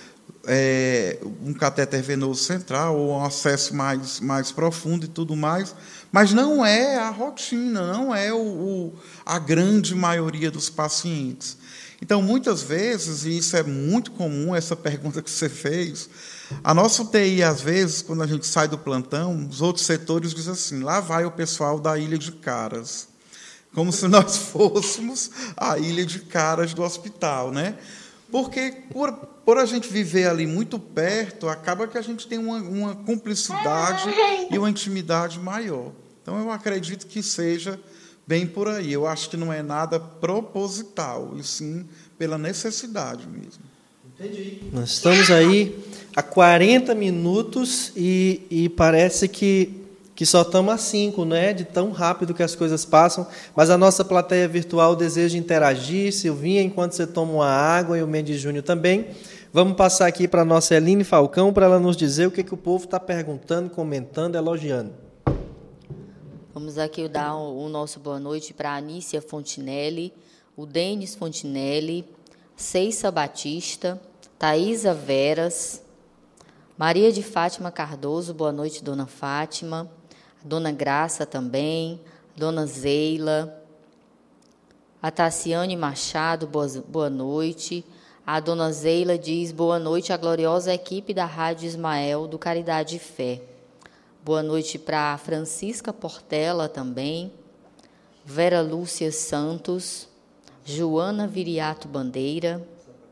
[SPEAKER 4] Um catéter venoso central, ou um acesso mais profundo e tudo mais, mas não é a rotina, não é a grande maioria dos pacientes. Então, muitas vezes, e isso é muito comum, essa pergunta que você fez, a nossa UTI, às vezes, quando a gente sai do plantão, os outros setores dizem assim, lá vai o pessoal da Ilha de Caras, como se nós fôssemos a Ilha de Caras do hospital, né? Porque, por a gente viver ali muito perto, acaba que a gente tem uma cumplicidade e uma intimidade maior. Então, eu acredito que seja bem por aí. Eu acho que não é nada proposital, e sim pela necessidade mesmo.
[SPEAKER 2] Entendi. Nós estamos aí há 40 minutos e parece que só estamos a 5, né? De tão rápido que as coisas passam. Mas a nossa plateia virtual deseja interagir. Silvinha, enquanto você toma uma água, e o Mendes Júnior também. Vamos passar aqui para a nossa Eline Falcão para ela nos dizer o que o povo está perguntando, comentando, elogiando.
[SPEAKER 3] Vamos aqui dar o nosso boa noite para a Anícia Fontinelli, o Denis Fontinelli, Ceissa Batista, Thaisa Veras, Maria de Fátima Cardoso, boa noite, Dona Fátima, a Dona Graça também, a Dona Zeila, a Tassiane Machado, boa noite, a Dona Zeila diz boa noite à gloriosa equipe da Rádio Ismael do Caridade e Fé. Boa noite para a Francisca Portela também, Vera Lúcia Santos, Joana Viriato Bandeira,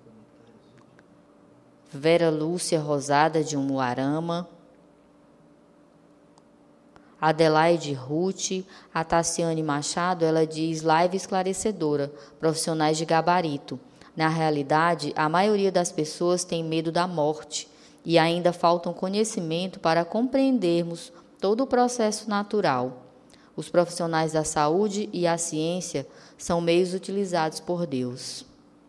[SPEAKER 3] Vera Lúcia Rosada de Umuarama, Adelaide Ruth, a Tassiane Machado, ela diz live esclarecedora, profissionais de gabarito. Na realidade, a maioria das pessoas tem medo da morte e ainda falta um conhecimento para compreendermos todo o processo natural. Os profissionais da saúde e a ciência são meios utilizados por Deus.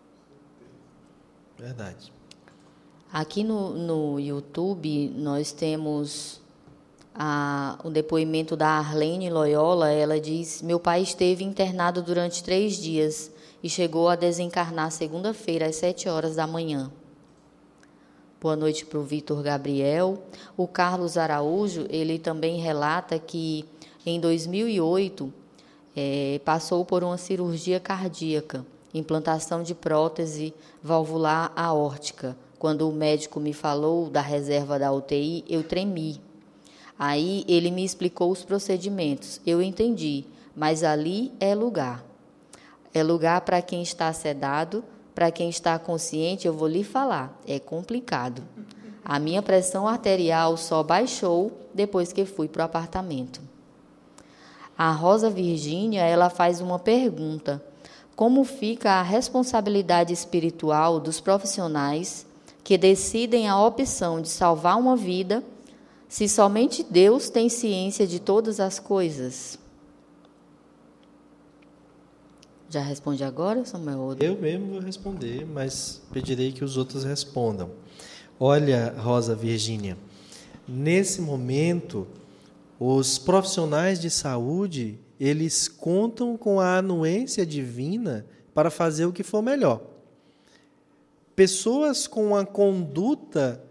[SPEAKER 2] Verdade.
[SPEAKER 3] Aqui no YouTube, nós temos o depoimento da Arlene Loyola. Ela diz: meu pai esteve internado durante 3 dias e chegou a desencarnar segunda-feira, às 7 horas da manhã. Boa noite para o Vitor Gabriel. O Carlos Araújo, ele também relata que em 2008 passou por uma cirurgia cardíaca, implantação de prótese valvular aórtica. Quando o médico me falou da reserva da UTI, eu tremi. Aí ele me explicou os procedimentos. Eu entendi, mas ali é lugar. É lugar para quem está sedado. Para quem está consciente, eu vou lhe falar, é complicado. A minha pressão arterial só baixou depois que fui para o apartamento. A Rosa Virgínia, ela faz uma pergunta: como fica a responsabilidade espiritual dos profissionais que decidem a opção de salvar uma vida, se somente Deus tem ciência de todas as coisas? Já responde agora, Samuel?
[SPEAKER 2] Eu mesmo vou responder, mas pedirei que os outros respondam. Olha, Rosa Virgínia, nesse momento, os profissionais de saúde, eles contam com a anuência divina para fazer o que for melhor. Pessoas com uma conduta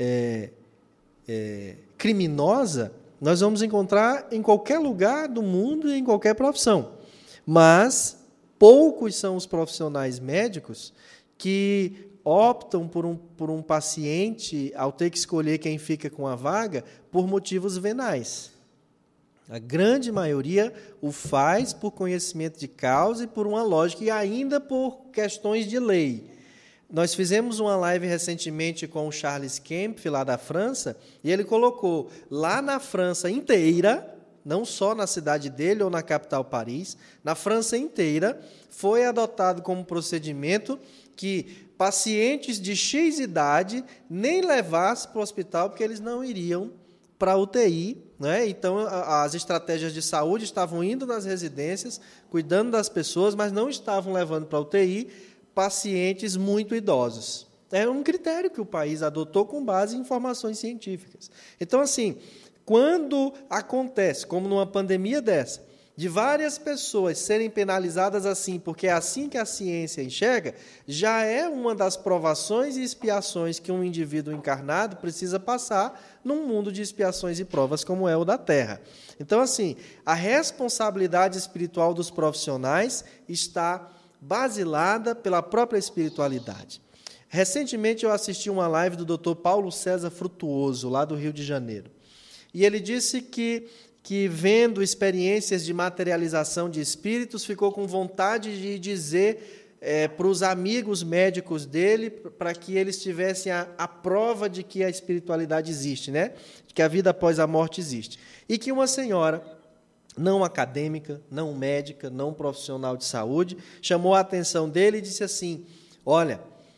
[SPEAKER 2] criminosa, nós vamos encontrar em qualquer lugar do mundo e em qualquer profissão. Mas poucos são os profissionais médicos que optam por um paciente, ao ter que escolher quem fica com a vaga, por motivos venais. A grande maioria o faz por conhecimento de causa e por uma lógica, e ainda por questões de lei. Nós fizemos uma live recentemente com o Charles Kemp, lá da França, e ele colocou lá na França inteira, não só na cidade dele ou na capital Paris, na França inteira, foi adotado como procedimento que pacientes de X idade nem levassem para o hospital, porque eles não iriam para a UTI, né? Então, as estratégias de saúde estavam indo nas residências, cuidando das pessoas, mas não estavam levando para a UTI pacientes muito idosos. É um critério que o país adotou com base em informações científicas. Então, assim, quando acontece, como numa pandemia dessa, de várias pessoas serem penalizadas assim, porque é assim que a ciência enxerga, já é uma das provações e expiações que um indivíduo encarnado precisa passar num mundo de expiações e provas como é o da Terra. Então, assim, a responsabilidade espiritual dos profissionais está basilada pela própria espiritualidade. Recentemente eu assisti uma live do Dr. Paulo César Frutuoso, lá do Rio de Janeiro. E ele disse que vendo experiências de materialização de espíritos, ficou com vontade de dizer para os amigos médicos dele, para que eles tivessem a prova de que a espiritualidade existe, né? De que a vida após a morte existe. E que uma senhora, não acadêmica, não médica, não profissional de saúde, chamou a atenção dele e disse assim: olha,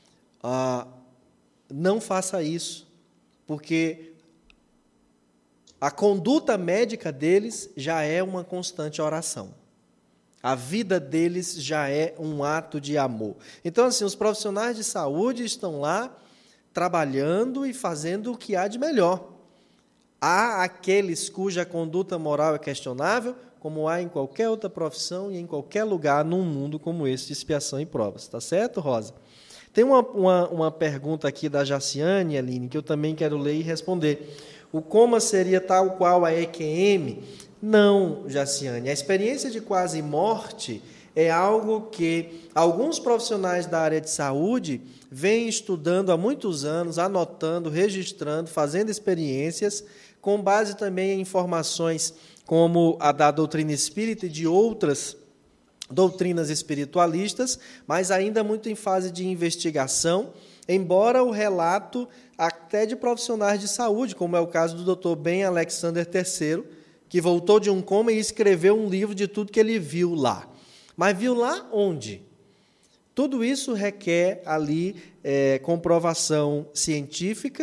[SPEAKER 2] não faça isso, porque a conduta médica deles já é uma constante oração. A vida deles já é um ato de amor. Então, assim, os profissionais de saúde estão lá trabalhando e fazendo o que há de melhor. Há aqueles cuja conduta moral é questionável, como há em qualquer outra profissão e em qualquer lugar num mundo como esse de expiação e provas. Está certo, Rosa? Tem uma pergunta aqui da Jaciane, Aline, que eu também quero ler e responder. O coma seria tal qual a EQM? Não, Jaciane. A experiência de quase morte é algo que alguns profissionais da área de saúde vêm estudando há muitos anos, anotando, registrando, fazendo experiências, com base também em informações como a da doutrina espírita e de outras doutrinas espiritualistas, mas ainda muito em fase de investigação, embora o relato até de profissionais de saúde, como é o caso do Dr. Ben Alexander III, que voltou de um coma e escreveu um livro de tudo que ele viu lá. Mas viu lá onde? Tudo isso requer ali comprovação científica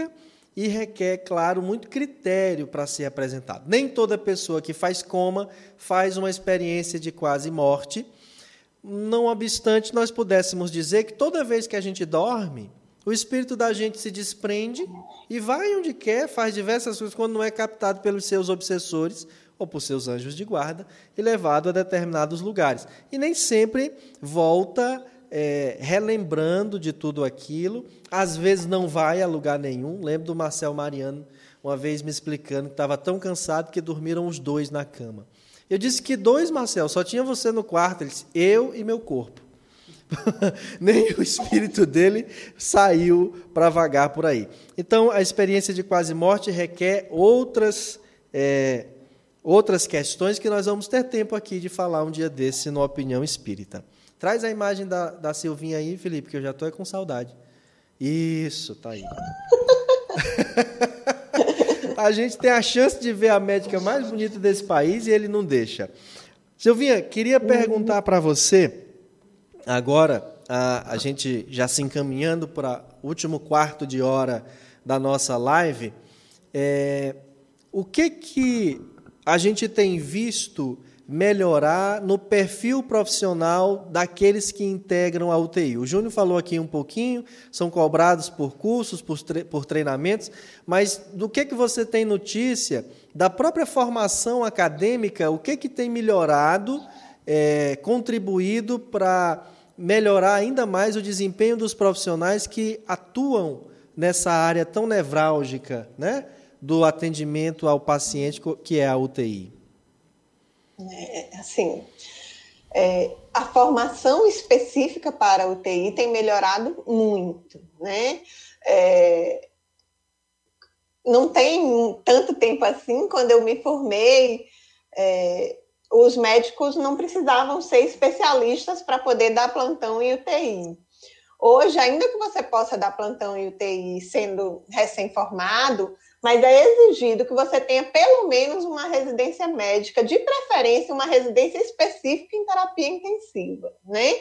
[SPEAKER 2] e requer, claro, muito critério para ser apresentado. Nem toda pessoa que faz coma faz uma experiência de quase morte. Não obstante, nós pudéssemos dizer que toda vez que a gente dorme, o espírito da gente se desprende e vai onde quer, faz diversas coisas, quando não é captado pelos seus obsessores ou por seus anjos de guarda e levado a determinados lugares. E nem sempre volta relembrando de tudo aquilo, às vezes não vai a lugar nenhum. Lembro do Marcel Mariano uma vez me explicando que estava tão cansado que dormiram os dois na cama. Eu disse que dois, Marcel, só tinha você no quarto. Ele disse, eu e meu corpo. Nem o espírito dele saiu para vagar por aí. Então, a experiência de quase morte requer outras questões que nós vamos ter tempo aqui de falar um dia desse no Opinião Espírita. Traz a imagem da Silvinha aí, Felipe, que eu já estou com saudade. Isso, tá aí. A gente tem a chance de ver a médica mais bonita desse país e ele não deixa. Silvinha, queria perguntar para você, agora, a gente já se encaminhando para o último quarto de hora da nossa live, o que a gente tem visto melhorar no perfil profissional daqueles que integram a UTI. O Júnior falou aqui um pouquinho, são cobrados por cursos, por treinamentos, mas do que você tem notícia da própria formação acadêmica, o que tem melhorado, contribuído para melhorar ainda mais o desempenho dos profissionais que atuam nessa área tão nevrálgica, né, do atendimento ao paciente, que é a UTI?
[SPEAKER 5] A formação específica para a UTI tem melhorado muito, né? Não tem tanto tempo assim, quando eu me formei, os médicos não precisavam ser especialistas para poder dar plantão em UTI. Hoje, ainda que você possa dar plantão em UTI sendo recém-formado, mas é exigido que você tenha pelo menos uma residência médica, de preferência uma residência específica em terapia intensiva, né?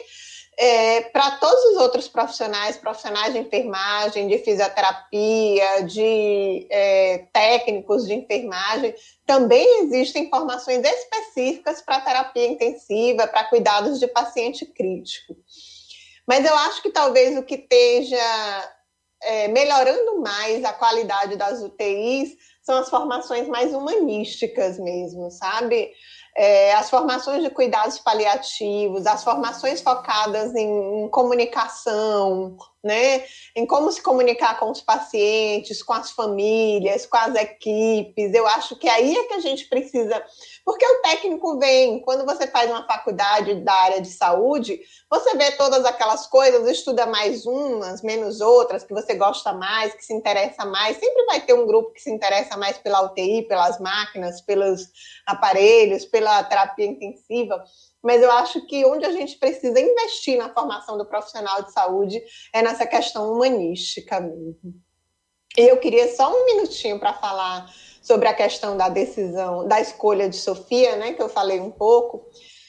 [SPEAKER 5] Para todos os outros profissionais de enfermagem, de fisioterapia, de técnicos de enfermagem, também existem formações específicas para terapia intensiva, para cuidados de paciente crítico. Mas eu acho que talvez o que esteja melhorando mais a qualidade das UTIs são as formações mais humanísticas mesmo, sabe? As formações de cuidados paliativos, as formações focadas em comunicação, né? Em como se comunicar com os pacientes, com as famílias, com as equipes. Eu acho que aí é que a gente precisa... Porque o técnico vem, quando você faz uma faculdade da área de saúde, você vê todas aquelas coisas, estuda mais umas, menos outras, que você gosta mais, que se interessa mais. Sempre vai ter um grupo que se interessa mais pela UTI, pelas máquinas, pelos aparelhos, pela terapia intensiva. Mas eu acho que onde a gente precisa investir na formação do profissional de saúde é nessa questão humanística mesmo. E eu queria só um minutinho para falar sobre a questão da decisão, da escolha de Sofia, né, que eu falei um pouco.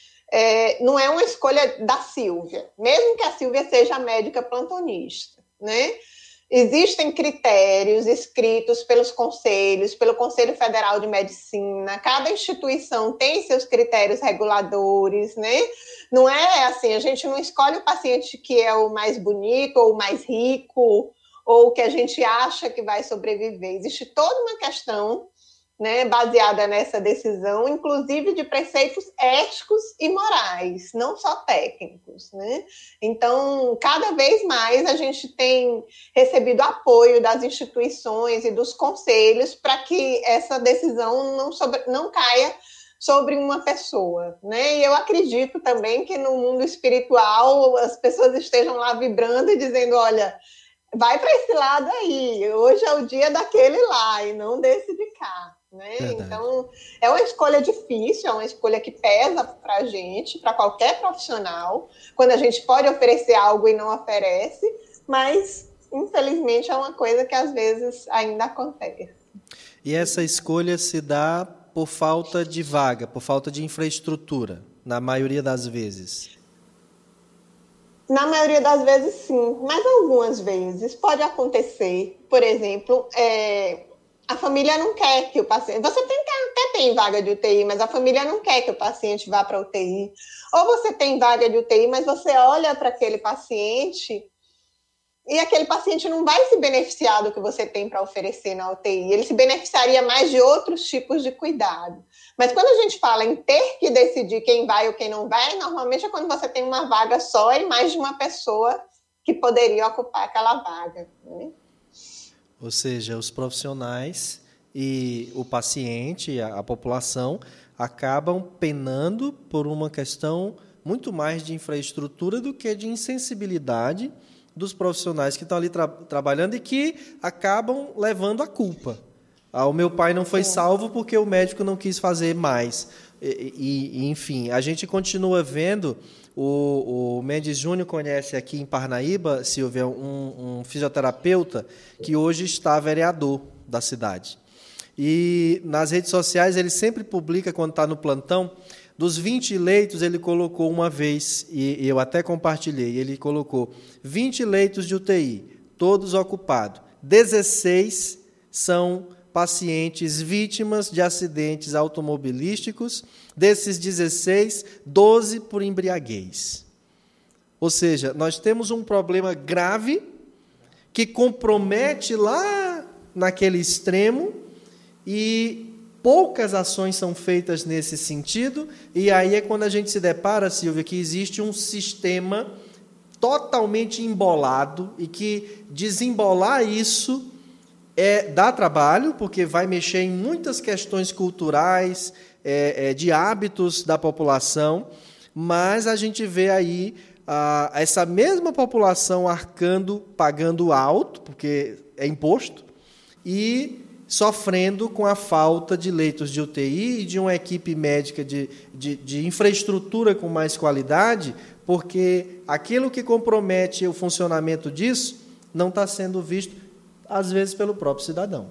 [SPEAKER 5] Não é uma escolha da Silvia, mesmo que a Silvia seja médica plantonista, né? Existem critérios escritos pelos conselhos, pelo Conselho Federal de Medicina, cada instituição tem seus critérios reguladores, né? Não é assim, a gente não escolhe o paciente que é o mais bonito ou o mais rico, ou que a gente acha que vai sobreviver. Existe toda uma questão, né, baseada nessa decisão, inclusive de preceitos éticos e morais, não só técnicos, né? Então, cada vez mais a gente tem recebido apoio das instituições e dos conselhos para que essa decisão não caia sobre uma pessoa, né? E eu acredito também que no mundo espiritual as pessoas estejam lá vibrando e dizendo, olha, vai para esse lado aí, hoje é o dia daquele lá e não desse de cá, né? Então, é uma escolha difícil, é uma escolha que pesa para a gente, para qualquer profissional, quando a gente pode oferecer algo e não oferece, mas, infelizmente, é uma coisa que às vezes ainda acontece.
[SPEAKER 2] E essa escolha se dá por falta de vaga, por falta de infraestrutura, na maioria das vezes? Na maioria das vezes, sim, mas algumas vezes pode acontecer
[SPEAKER 5] por exemplo, a família não quer que o paciente... Você até tem vaga de UTI, mas a família não quer que o paciente vá para a UTI. Ou você tem vaga de UTI, mas você olha para aquele paciente e aquele paciente não vai se beneficiar do que você tem para oferecer na UTI. Ele se beneficiaria mais de outros tipos de cuidado. Mas quando a gente fala em ter que decidir quem vai ou quem não vai, normalmente é quando você tem uma vaga só e mais de uma pessoa que poderia ocupar aquela vaga, né?
[SPEAKER 2] Ou seja, os profissionais e o paciente, a população, acabam penando por uma questão muito mais de infraestrutura do que de insensibilidade dos profissionais que estão ali trabalhando e que acabam levando a culpa. O meu pai não foi salvo porque o médico não quis fazer mais. Enfim, a gente continua vendo... O Mendes Júnior conhece aqui em Parnaíba, Silvia, um fisioterapeuta que hoje está vereador da cidade. E nas redes sociais ele sempre publica, quando está no plantão, dos 20 leitos ele colocou uma vez, e eu até compartilhei, ele colocou 20 leitos de UTI, todos ocupados. 16 são pacientes vítimas de acidentes automobilísticos. Desses 16, 12 por embriaguez. Ou seja, nós temos um problema grave que compromete lá naquele extremo e poucas ações são feitas nesse sentido. E aí é quando a gente se depara, Silvia, que existe um sistema totalmente embolado e que desembolar isso dá trabalho, porque vai mexer em muitas questões culturais, de hábitos da população, mas a gente vê aí essa mesma população arcando, pagando alto, porque é imposto, e sofrendo com a falta de leitos de UTI e de uma equipe médica de infraestrutura com mais qualidade, porque aquilo que compromete o funcionamento disso não está sendo visto, às vezes, pelo próprio cidadão.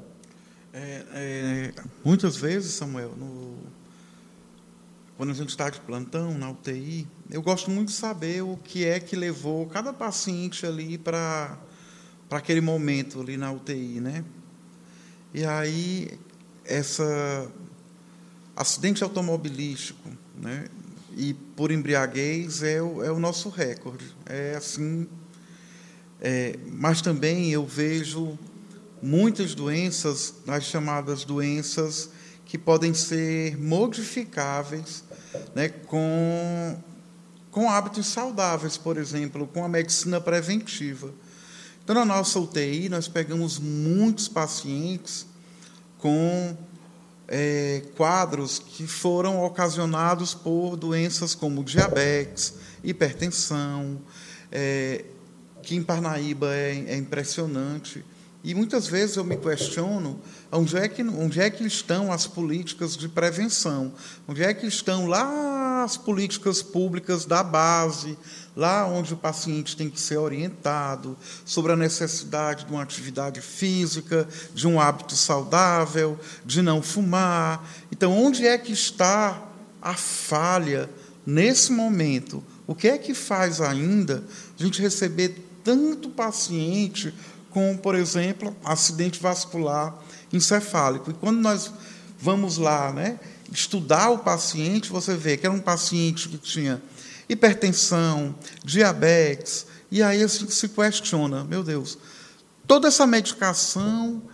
[SPEAKER 4] Muitas vezes, Samuel, quando a gente está de plantão na UTI, eu gosto muito de saber o que é que levou cada paciente ali para aquele momento ali na UTI, né? E aí, acidente automobilístico, né? E por embriaguez é o nosso recorde. É assim. Mas também eu vejo muitas doenças, as chamadas doenças que podem ser modificáveis, né, com hábitos saudáveis, por exemplo, com a medicina preventiva. Então, na nossa UTI, nós pegamos muitos pacientes com quadros que foram ocasionados por doenças como diabetes, hipertensão, que em Parnaíba é impressionante. E muitas vezes eu me questiono onde é que estão as políticas de prevenção, onde é que estão lá as políticas públicas da base, lá onde o paciente tem que ser orientado sobre a necessidade de uma atividade física, de um hábito saudável, de não fumar. Então, onde é que está a falha nesse momento? O que é que faz ainda a gente receber tanto paciente com, por exemplo, acidente vascular encefálico? E quando nós vamos lá, né, estudar o paciente, você vê que era um paciente que tinha hipertensão, diabetes, e aí assim, se questiona, meu Deus, toda essa medicação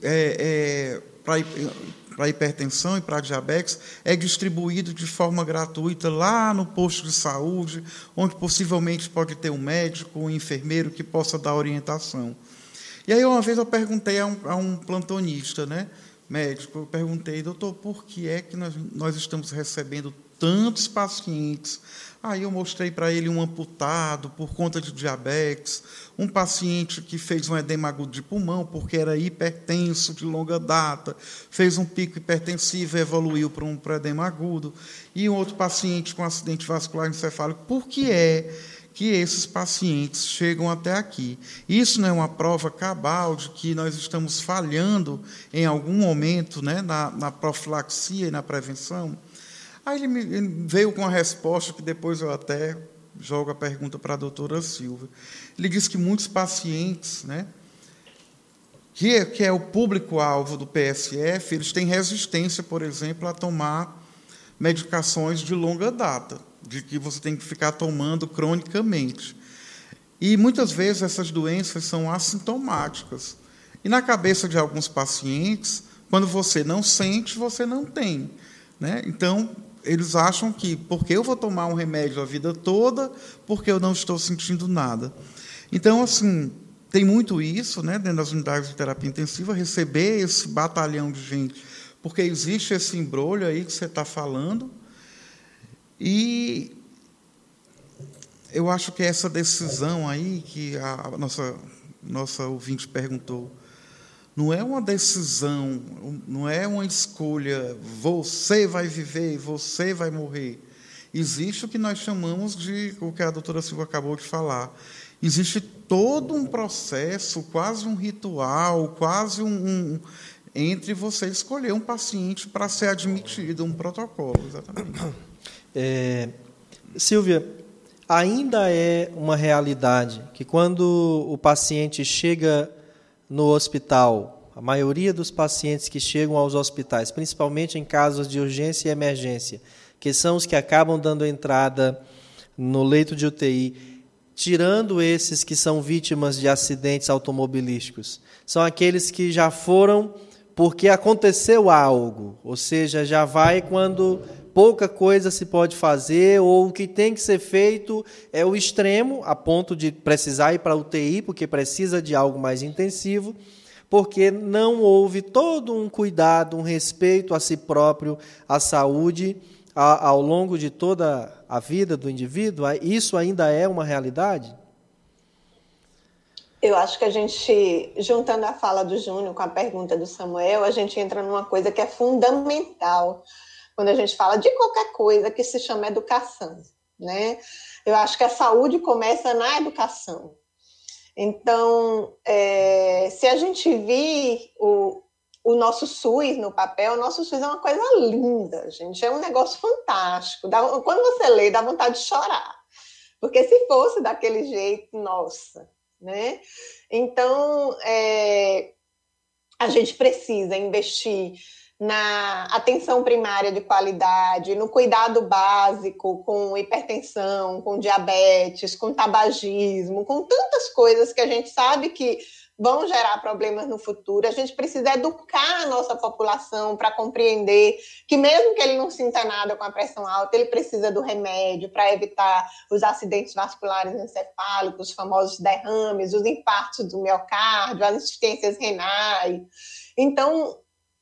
[SPEAKER 4] para hipertensão e para diabetes é distribuído de forma gratuita lá no posto de saúde, onde possivelmente pode ter um médico, um enfermeiro que possa dar orientação. E aí, uma vez eu perguntei a um plantonista, né, médico, eu perguntei, doutor, por que é que nós estamos recebendo tantos pacientes? Aí eu mostrei para ele um amputado por conta de diabetes, um paciente que fez um edema agudo de pulmão porque era hipertenso de longa data, fez um pico hipertensivo e evoluiu para um edema agudo, e um outro paciente com acidente vascular encefálico. Por que é que esses pacientes chegam até aqui? Isso não é uma prova cabal de que nós estamos falhando em algum momento, né, na profilaxia e na prevenção? Aí ele veio com a resposta que depois eu até jogo a pergunta para a doutora Silvia. Ele disse que muitos pacientes, né, que é o público-alvo do PSF, eles têm resistência, por exemplo, a tomar medicações de longa data, de que você tem que ficar tomando cronicamente. E, muitas vezes, essas doenças são assintomáticas. E, na cabeça de alguns pacientes, quando você não sente, você não tem, né? Então, eles acham que, porque eu vou tomar um remédio a vida toda, porque eu não estou sentindo nada. Então, assim, tem muito isso, né, dentro das unidades de terapia intensiva, receber esse batalhão de gente, porque existe esse embrolho aí que você está falando, e eu acho que essa decisão aí, que a nossa ouvinte perguntou, não é uma decisão, não é uma escolha, você vai viver, você vai morrer. Existe o que nós chamamos de, o que a doutora Silva acabou de falar, existe todo um processo, quase um ritual, quase entre você escolher um paciente para ser admitido, um protocolo, exatamente.
[SPEAKER 2] Silvia, ainda é uma realidade que quando o paciente chega no hospital, a maioria dos pacientes que chegam aos hospitais, principalmente em casos de urgência e emergência, que são os que acabam dando entrada no leito de UTI, tirando esses que são vítimas de acidentes automobilísticos, são aqueles que já foram porque aconteceu algo, ou seja, já vai quando pouca coisa se pode fazer, ou o que tem que ser feito é o extremo, a ponto de precisar ir para a UTI, porque precisa de algo mais intensivo, porque não houve todo um cuidado, um respeito a si próprio, à saúde, ao longo de toda a vida do indivíduo. Isso ainda é uma realidade?
[SPEAKER 5] Eu acho que a gente, juntando a fala do Júnior com a pergunta do Samuel, a gente entra numa coisa que é fundamental quando a gente fala de qualquer coisa que se chama educação, né? Eu acho que a saúde começa na educação. Então, se a gente vir o nosso SUS no papel, o nosso SUS é uma coisa linda, gente, é um negócio fantástico. Quando você lê, dá vontade de chorar, porque se fosse daquele jeito, nossa, né? Então, a gente precisa investir na atenção primária de qualidade, no cuidado básico com hipertensão, com diabetes, com tabagismo, com tantas coisas que a gente sabe que vão gerar problemas no futuro. A gente precisa educar a nossa população para compreender que mesmo que ele não sinta nada com a pressão alta, ele precisa do remédio para evitar os acidentes vasculares encefálicos, os famosos derrames, os infartos do miocárdio, as insuficiências renais. Então,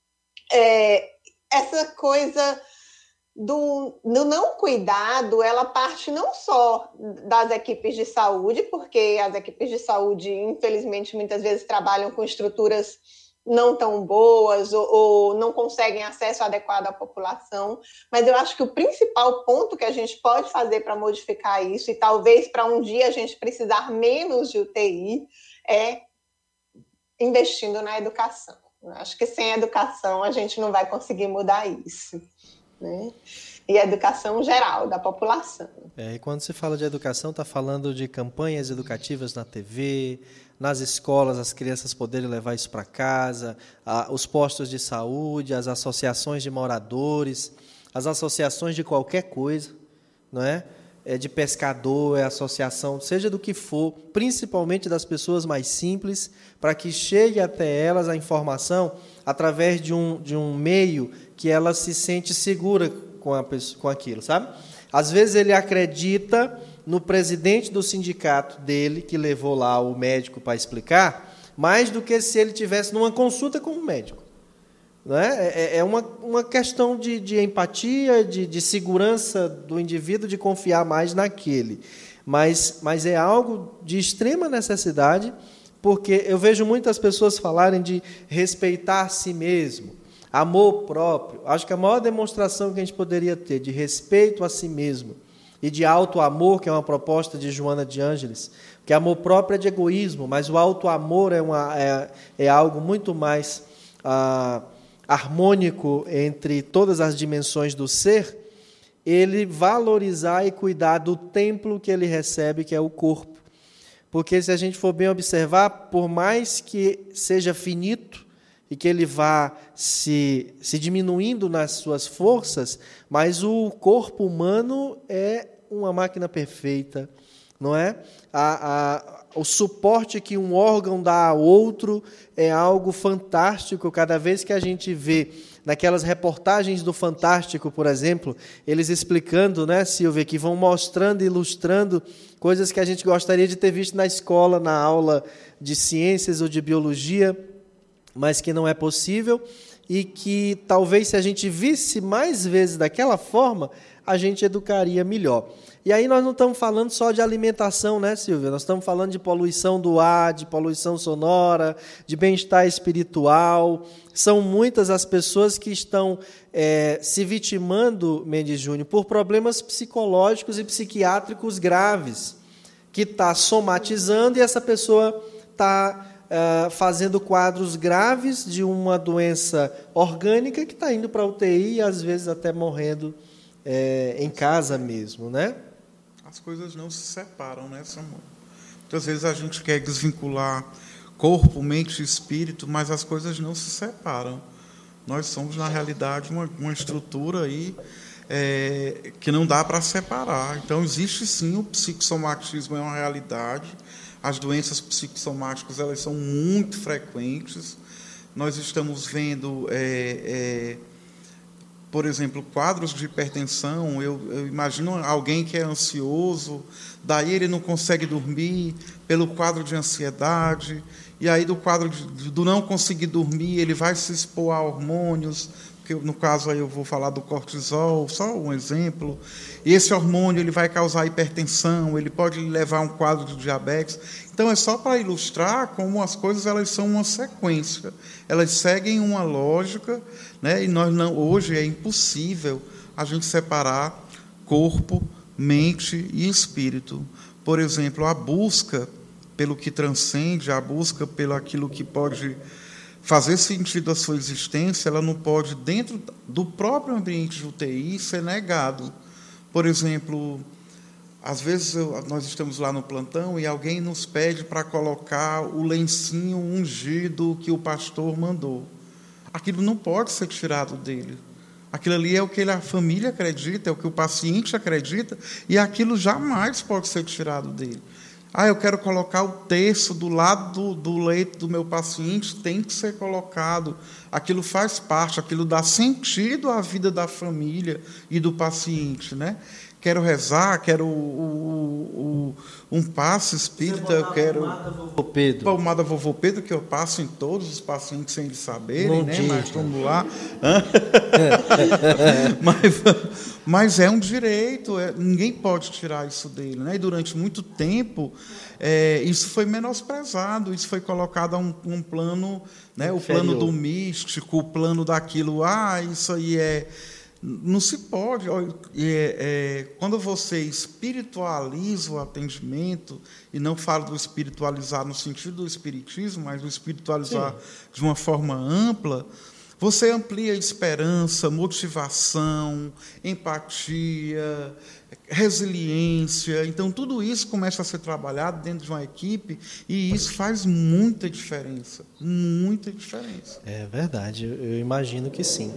[SPEAKER 5] essa coisa do não cuidado, ela parte não só das equipes de saúde, porque as equipes de saúde, infelizmente, muitas vezes trabalham com estruturas não tão boas ou não conseguem acesso adequado à população, mas eu acho que o principal ponto que a gente pode fazer para modificar isso, e talvez para um dia a gente precisar menos de UTI, é investindo na educação. Eu acho que sem educação a gente não vai conseguir mudar isso, né? E a educação geral da população.
[SPEAKER 2] E quando se fala de educação, está falando de campanhas educativas na TV, nas escolas, as crianças poderem levar isso para casa, os postos de saúde, as associações de moradores, as associações de qualquer coisa, não é? De pescador, associação, seja do que for, principalmente das pessoas mais simples, para que chegue até elas a informação através de um meio que ela se sente segura com aquilo, sabe? Às vezes ele acredita no presidente do sindicato dele, que levou lá o médico para explicar, mais do que se ele tivesse numa consulta com o médico. Não é? É uma questão de empatia, de segurança do indivíduo, de confiar mais naquele. Mas é algo de extrema necessidade, porque eu vejo muitas pessoas falarem de respeitar a si mesmo, amor próprio. Acho que a maior demonstração que a gente poderia ter de respeito a si mesmo e de auto-amor, que é uma proposta de Joana de Ângeles, porque amor próprio é de egoísmo, mas o auto-amor é algo muito mais harmônico entre todas as dimensões do ser, ele valorizar e cuidar do templo que ele recebe, que é o corpo. Porque se a gente for bem observar, por mais que seja finito e que ele vá se diminuindo nas suas forças, mas o corpo humano é uma máquina perfeita, não é? O suporte que um órgão dá ao outro é algo fantástico. Cada vez que a gente vê naquelas reportagens do Fantástico, por exemplo, eles explicando, né, Silvia, que vão mostrando, ilustrando coisas que a gente gostaria de ter visto na escola, na aula de ciências ou de biologia, mas que não é possível, e que talvez se a gente visse mais vezes daquela forma, a gente educaria melhor. E aí nós não estamos falando só de alimentação, né, Silvia? Nós estamos falando de poluição do ar, de poluição sonora, de bem-estar espiritual. São muitas as pessoas que estão se vitimando, Mendes Júnior, por problemas psicológicos e psiquiátricos graves, que está somatizando e essa pessoa está fazendo quadros graves de uma doença orgânica que está indo para a UTI e, às vezes, até morrendo em casa mesmo, né?
[SPEAKER 4] As coisas não se separam, né, Samuel? Muitas vezes a gente quer desvincular corpo, mente e espírito, mas as coisas não se separam. Nós somos, na realidade, uma estrutura aí, que não dá para separar. Então, existe sim o psicossomatismo, é uma realidade. As doenças psicossomáticas, elas são muito frequentes. Nós estamos vendo, por exemplo, quadros de hipertensão. Eu imagino alguém que é ansioso, daí ele não consegue dormir pelo quadro de ansiedade, e aí do quadro do não conseguir dormir, ele vai se expor a hormônios, que no caso aí eu vou falar do cortisol, só um exemplo. E esse hormônio ele vai causar hipertensão, ele pode levar a um quadro de diabetes. Então é só para ilustrar como as coisas elas são uma sequência, elas seguem uma lógica, né? E hoje é impossível a gente separar corpo, mente e espírito. Por exemplo, a busca pelo que transcende, a busca pelo aquilo que pode fazer sentido à sua existência, ela não pode, dentro do próprio ambiente de UTI, ser negado. Por exemplo, às vezes nós estamos lá no plantão e alguém nos pede para colocar o lencinho ungido que o pastor mandou. Aquilo não pode ser tirado dele. Aquilo ali é o que a família acredita, é o que o paciente acredita, e aquilo jamais pode ser tirado dele. Eu quero colocar o terço do lado do leito do meu paciente, tem que ser colocado. Aquilo faz parte, aquilo dá sentido à vida da família e do paciente, né? Quero rezar, quero um passe espírita, eu quero pomada vovô Pedro, que eu passo em todos os pacientes sem eles saberem, né? Mas vamos lá. Mas é um direito, ninguém pode tirar isso dele, né? E durante muito tempo isso foi menosprezado, isso foi colocado a um plano, né? O plano do místico, o plano daquilo, isso aí não se pode. Quando você espiritualiza o atendimento, e não falo do espiritualizar no sentido do espiritismo, mas do espiritualizar de uma forma ampla, você amplia esperança, motivação, empatia, resiliência. Então, tudo isso começa a ser trabalhado dentro de uma equipe e isso faz muita diferença. Muita diferença.
[SPEAKER 2] É verdade, eu imagino que sim.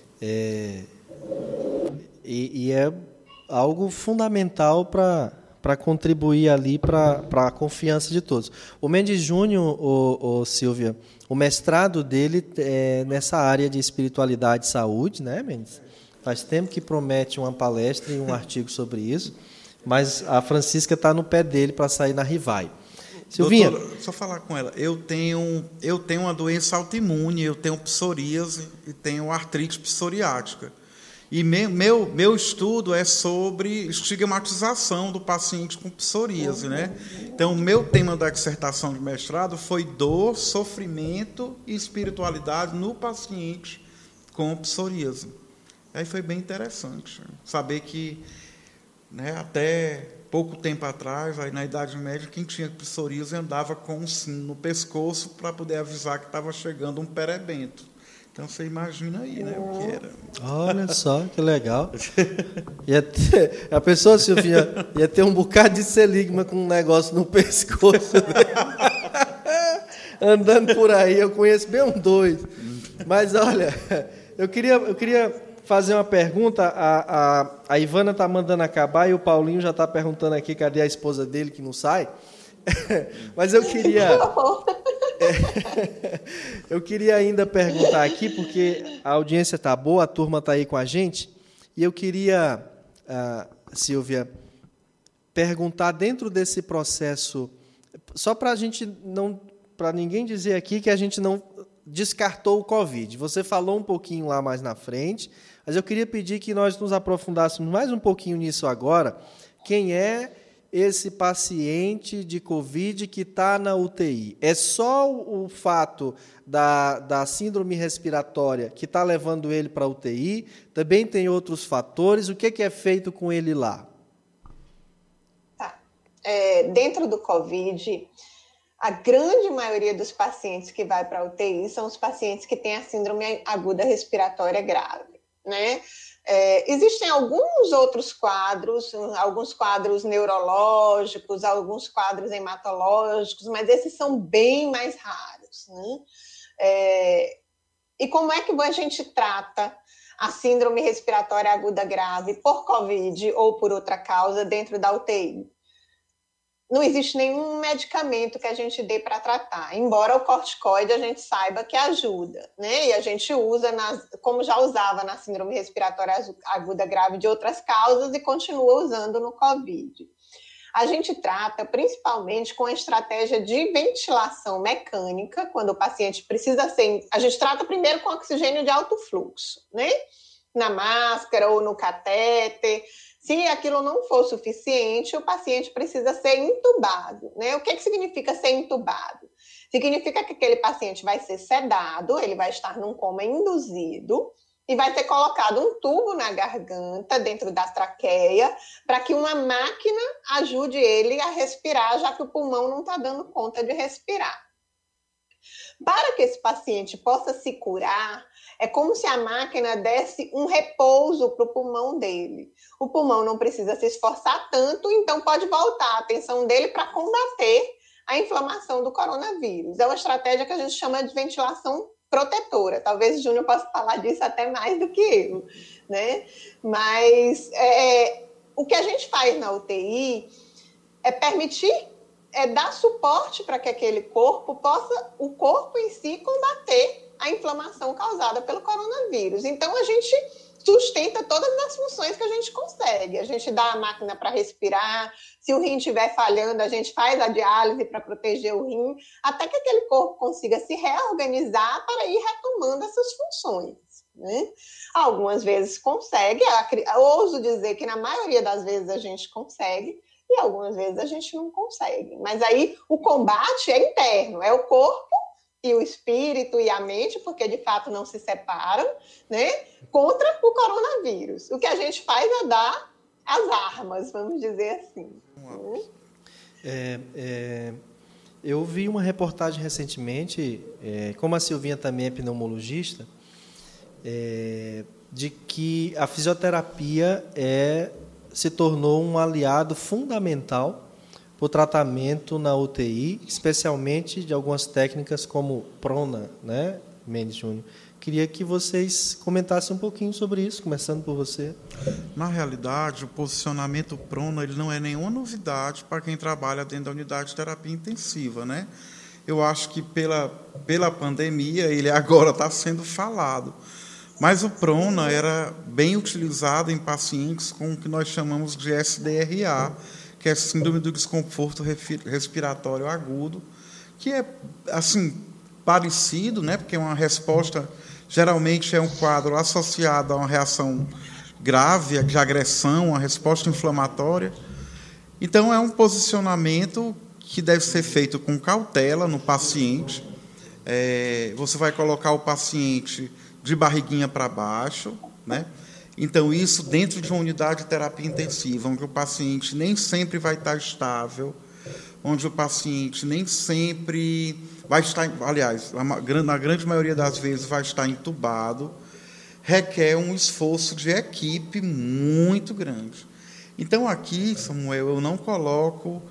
[SPEAKER 2] E é algo fundamental para contribuir ali para a confiança de todos. O Mendes Júnior, Silvia, o mestrado dele é nessa área de espiritualidade e saúde, né, Mendes? Faz tempo que promete uma palestra e um artigo sobre isso, mas a Francisca está no pé dele para sair na Rivai. Silvinha,
[SPEAKER 4] doutora, só falar com ela. Eu tenho uma doença autoimune, eu tenho psoríase e tenho artrite psoriática. E meu estudo é sobre estigmatização do paciente com psoríase, né? Então, o meu tema da dissertação de mestrado foi dor, sofrimento e espiritualidade no paciente com psoríase. Aí foi bem interessante saber que, né, até pouco tempo atrás, aí na Idade Média, quem tinha psoríase andava com um sino no pescoço para poder avisar que estava chegando um perebento. Então, você imagina aí, né, o que era.
[SPEAKER 2] Olha só, que legal. A pessoa, Silvinha, ia ter um bocado de seligma com um negócio no pescoço dele. Andando por aí, eu conheço bem um dois. Mas, olha, eu queria fazer uma pergunta. A Ivana está mandando acabar e o Paulinho já está perguntando aqui cadê a esposa dele que não sai. Mas eu queria ainda perguntar aqui, porque a audiência está boa, a turma está aí com a gente, e eu queria, Silvia, perguntar dentro desse processo, só para a gente não, para ninguém dizer aqui que a gente não descartou o Covid. Você falou um pouquinho lá mais na frente, mas eu queria pedir que nós nos aprofundássemos mais um pouquinho nisso agora. Quem é esse paciente de Covid que está na UTI? É só o fato da síndrome respiratória que está levando ele para a UTI? Também tem outros fatores? O que é feito com ele lá?
[SPEAKER 5] Tá. Dentro do Covid, a grande maioria dos pacientes que vai para a UTI são os pacientes que têm a síndrome aguda respiratória grave, né? Existem alguns outros quadros, alguns quadros neurológicos, alguns quadros hematológicos, mas esses são bem mais raros, né? E como é que a gente trata a síndrome respiratória aguda grave por Covid ou por outra causa dentro da UTI? Não existe nenhum medicamento que a gente dê para tratar, embora o corticoide a gente saiba que ajuda, né? E a gente usa, como já usava na síndrome respiratória aguda grave de outras causas e continua usando no Covid. A gente trata principalmente com a estratégia de ventilação mecânica, quando o paciente precisa ser... A gente trata primeiro com oxigênio de alto fluxo, né? Na máscara ou no catéter. Se aquilo não for suficiente, o paciente precisa ser intubado, né? O que significa ser intubado? Significa que aquele paciente vai ser sedado, ele vai estar num coma induzido e vai ser colocado um tubo na garganta, dentro da traqueia, para que uma máquina ajude ele a respirar, já que o pulmão não está dando conta de respirar. Para que esse paciente possa se curar, é como se a máquina desse um repouso para o pulmão dele. O pulmão não precisa se esforçar tanto, então pode voltar a atenção dele para combater a inflamação do coronavírus. É uma estratégia que a gente chama de ventilação protetora. Talvez o Júnior possa falar disso até mais do que eu, né? Mas o que a gente faz na UTI é permitir, dar suporte para que aquele corpo possa, o corpo em si, combater a inflamação causada pelo coronavírus. Então, a gente sustenta todas as funções que a gente consegue. A gente dá a máquina para respirar, se o rim estiver falhando, a gente faz a diálise para proteger o rim, até que aquele corpo consiga se reorganizar para ir retomando essas funções, né? Algumas vezes consegue, ouso dizer que na maioria das vezes a gente consegue, e algumas vezes a gente não consegue. Mas aí o combate é interno, é o corpo e o espírito e a mente, porque de fato não se separam, né, contra o coronavírus. O que a gente faz é dar as armas, vamos dizer assim.
[SPEAKER 2] Eu vi uma reportagem recentemente, como a Silvinha também é pneumologista, de que a fisioterapia se tornou um aliado fundamental para o tratamento na UTI, especialmente de algumas técnicas como prona, né, Mendes Júnior? Queria que vocês comentassem um pouquinho sobre isso, começando por você.
[SPEAKER 4] Na realidade, o posicionamento prona ele não é nenhuma novidade para quem trabalha dentro da unidade de terapia intensiva, né? Eu acho que pela pandemia ele agora está sendo falado. Mas o prona era bem utilizado em pacientes com o que nós chamamos de SDRA, que é síndrome do desconforto respiratório agudo, que é assim parecido, né? Porque é uma resposta, geralmente é um quadro associado a uma reação grave de agressão, uma resposta inflamatória. Então, é um posicionamento que deve ser feito com cautela no paciente. Você vai colocar o paciente de barriguinha para baixo, né? Então, isso dentro de uma unidade de terapia intensiva, onde o paciente nem sempre vai estar estável, onde o paciente nem sempre vai estar, aliás, na grande maioria das vezes vai estar entubado, requer um esforço de equipe muito grande. Então, aqui, Samuel, eu não coloco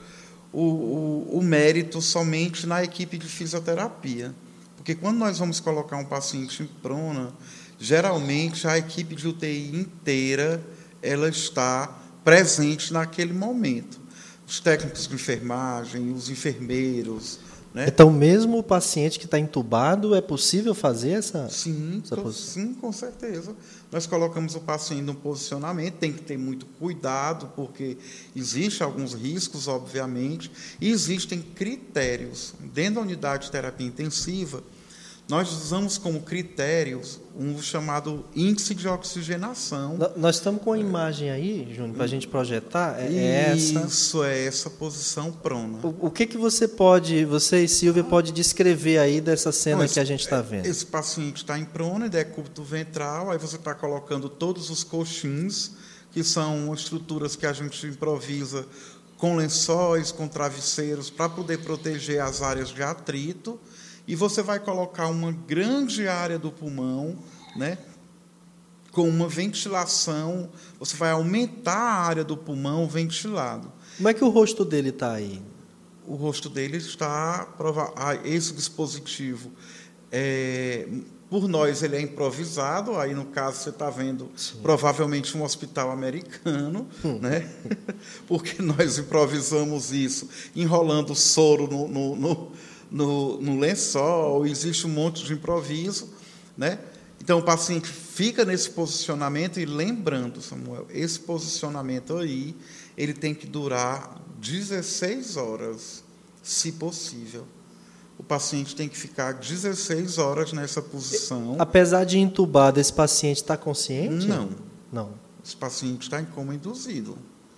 [SPEAKER 4] o mérito somente na equipe de fisioterapia, porque quando nós vamos colocar um paciente em prona, geralmente a equipe de UTI inteira ela está presente naquele momento. Os técnicos de enfermagem, os enfermeiros, né?
[SPEAKER 2] Então, mesmo o paciente que está entubado, é possível fazer essa
[SPEAKER 4] Sim, sim, com certeza. Nós colocamos o paciente num posicionamento, tem que ter muito cuidado, porque existem alguns riscos, obviamente, e existem critérios. Dentro da unidade de terapia intensiva, nós usamos como critérios um chamado índice de oxigenação.
[SPEAKER 2] Nós estamos com a imagem aí, Júnior, para a gente projetar.
[SPEAKER 4] Isso, é essa posição prona.
[SPEAKER 2] O que você e Silvia, pode descrever aí dessa cena que a gente está vendo?
[SPEAKER 4] Esse paciente está em prona, decúbito ventral, aí você está colocando todos os coxins, que são estruturas que a gente improvisa com lençóis, com travesseiros, para poder proteger as áreas de atrito. E você vai colocar uma grande área do pulmão, né, com uma ventilação, você vai aumentar a área do pulmão ventilado.
[SPEAKER 2] Como é que o rosto dele está aí?
[SPEAKER 4] O rosto dele está... Esse dispositivo, por nós, ele é improvisado, aí, no caso, você está vendo, sim, provavelmente um hospital americano, né? Porque nós improvisamos isso, enrolando soro no lençol, existe um monte de improviso, né? Então, o paciente fica nesse posicionamento e, lembrando, Samuel, esse posicionamento aí, ele tem que durar 16 horas, se possível. O paciente tem que ficar 16 horas nessa posição.
[SPEAKER 2] Apesar de entubado, esse paciente está consciente?
[SPEAKER 4] Não. Esse paciente está em coma induzido.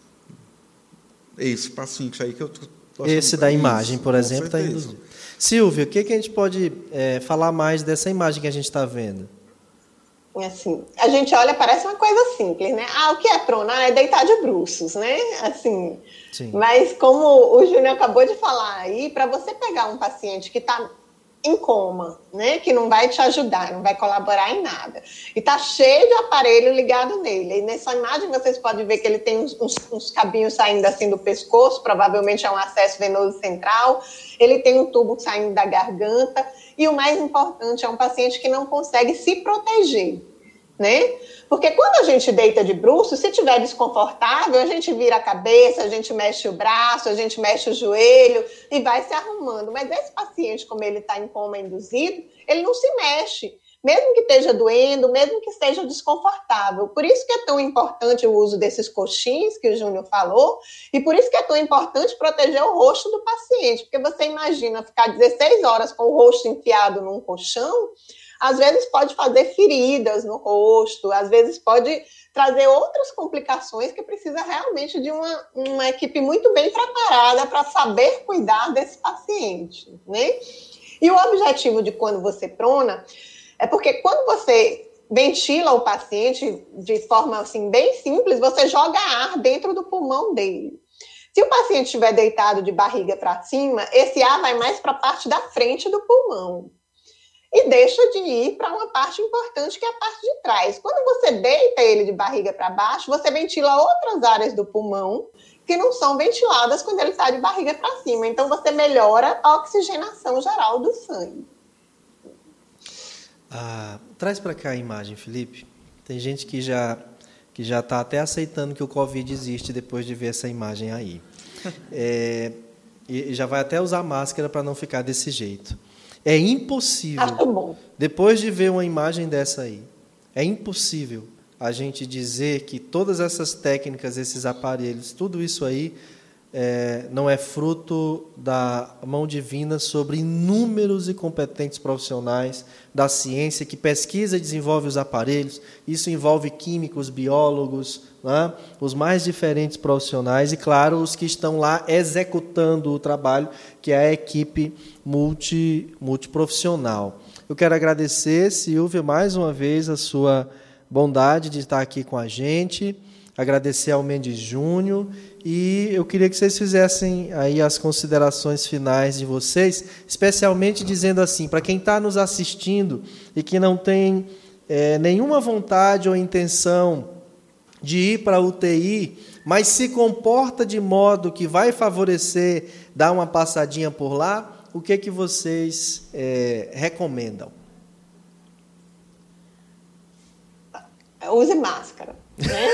[SPEAKER 4] Esse paciente aí que eu estou...
[SPEAKER 2] Esse da imagem, por exemplo, está induzido. Silvia, o que a gente pode falar mais dessa imagem que a gente está vendo?
[SPEAKER 5] Assim, a gente olha, parece uma coisa simples, né? O que é prona? É deitar de bruços, né? Assim, sim. Mas como o Júnior acabou de falar aí, para você pegar um paciente que está em coma, né? Que não vai te ajudar, não vai colaborar em nada, e está cheio de aparelho ligado nele. E nessa imagem vocês podem ver que ele tem uns cabinhos saindo assim do pescoço, provavelmente é um acesso venoso central, ele tem um tubo saindo da garganta, e o mais importante, é um paciente que não consegue se proteger, né? Porque quando a gente deita de bruços, se estiver desconfortável, a gente vira a cabeça, a gente mexe o braço, a gente mexe o joelho e vai se arrumando. Mas esse paciente, como ele está em coma induzido, ele não se mexe, mesmo que esteja doendo, mesmo que esteja desconfortável. Por isso que é tão importante o uso desses coxins que o Júnior falou, e por isso que é tão importante proteger o rosto do paciente, porque você imagina ficar 16 horas com o rosto enfiado num colchão, às vezes pode fazer feridas no rosto, às vezes pode trazer outras complicações que precisa realmente de uma equipe muito bem preparada para saber cuidar desse paciente, né? E o objetivo de quando você prona é porque quando você ventila o paciente de forma assim, bem simples, você joga ar dentro do pulmão dele. Se o paciente estiver deitado de barriga para cima, esse ar vai mais para a parte da frente do pulmão e deixa de ir para uma parte importante, que é a parte de trás. Quando você deita ele de barriga para baixo, você ventila outras áreas do pulmão que não são ventiladas quando ele está de barriga para cima. Então, você melhora a oxigenação geral do sangue.
[SPEAKER 2] Traz para cá a imagem, Felipe. Tem gente que já está até aceitando que o Covid existe depois de ver essa imagem aí. E já vai até usar máscara para não ficar desse jeito. É impossível, depois de ver uma imagem dessa aí, é impossível a gente dizer que todas essas técnicas, esses aparelhos, tudo isso aí não é fruto da mão divina sobre inúmeros e competentes profissionais da ciência que pesquisa e desenvolve os aparelhos. Isso envolve químicos, biólogos, né? Os mais diferentes profissionais e, claro, os que estão lá executando o trabalho, que é a equipe multiprofissional. Eu quero agradecer, Silvia, mais uma vez a sua bondade de estar aqui com a gente. agradecer ao Mendes Júnior, e eu queria que vocês fizessem aí as considerações finais de vocês, especialmente dizendo assim, para quem está nos assistindo e que não tem nenhuma vontade ou intenção de ir para a UTI, mas se comporta de modo que vai favorecer dar uma passadinha por lá, o que vocês recomendam?
[SPEAKER 5] Use máscara, né?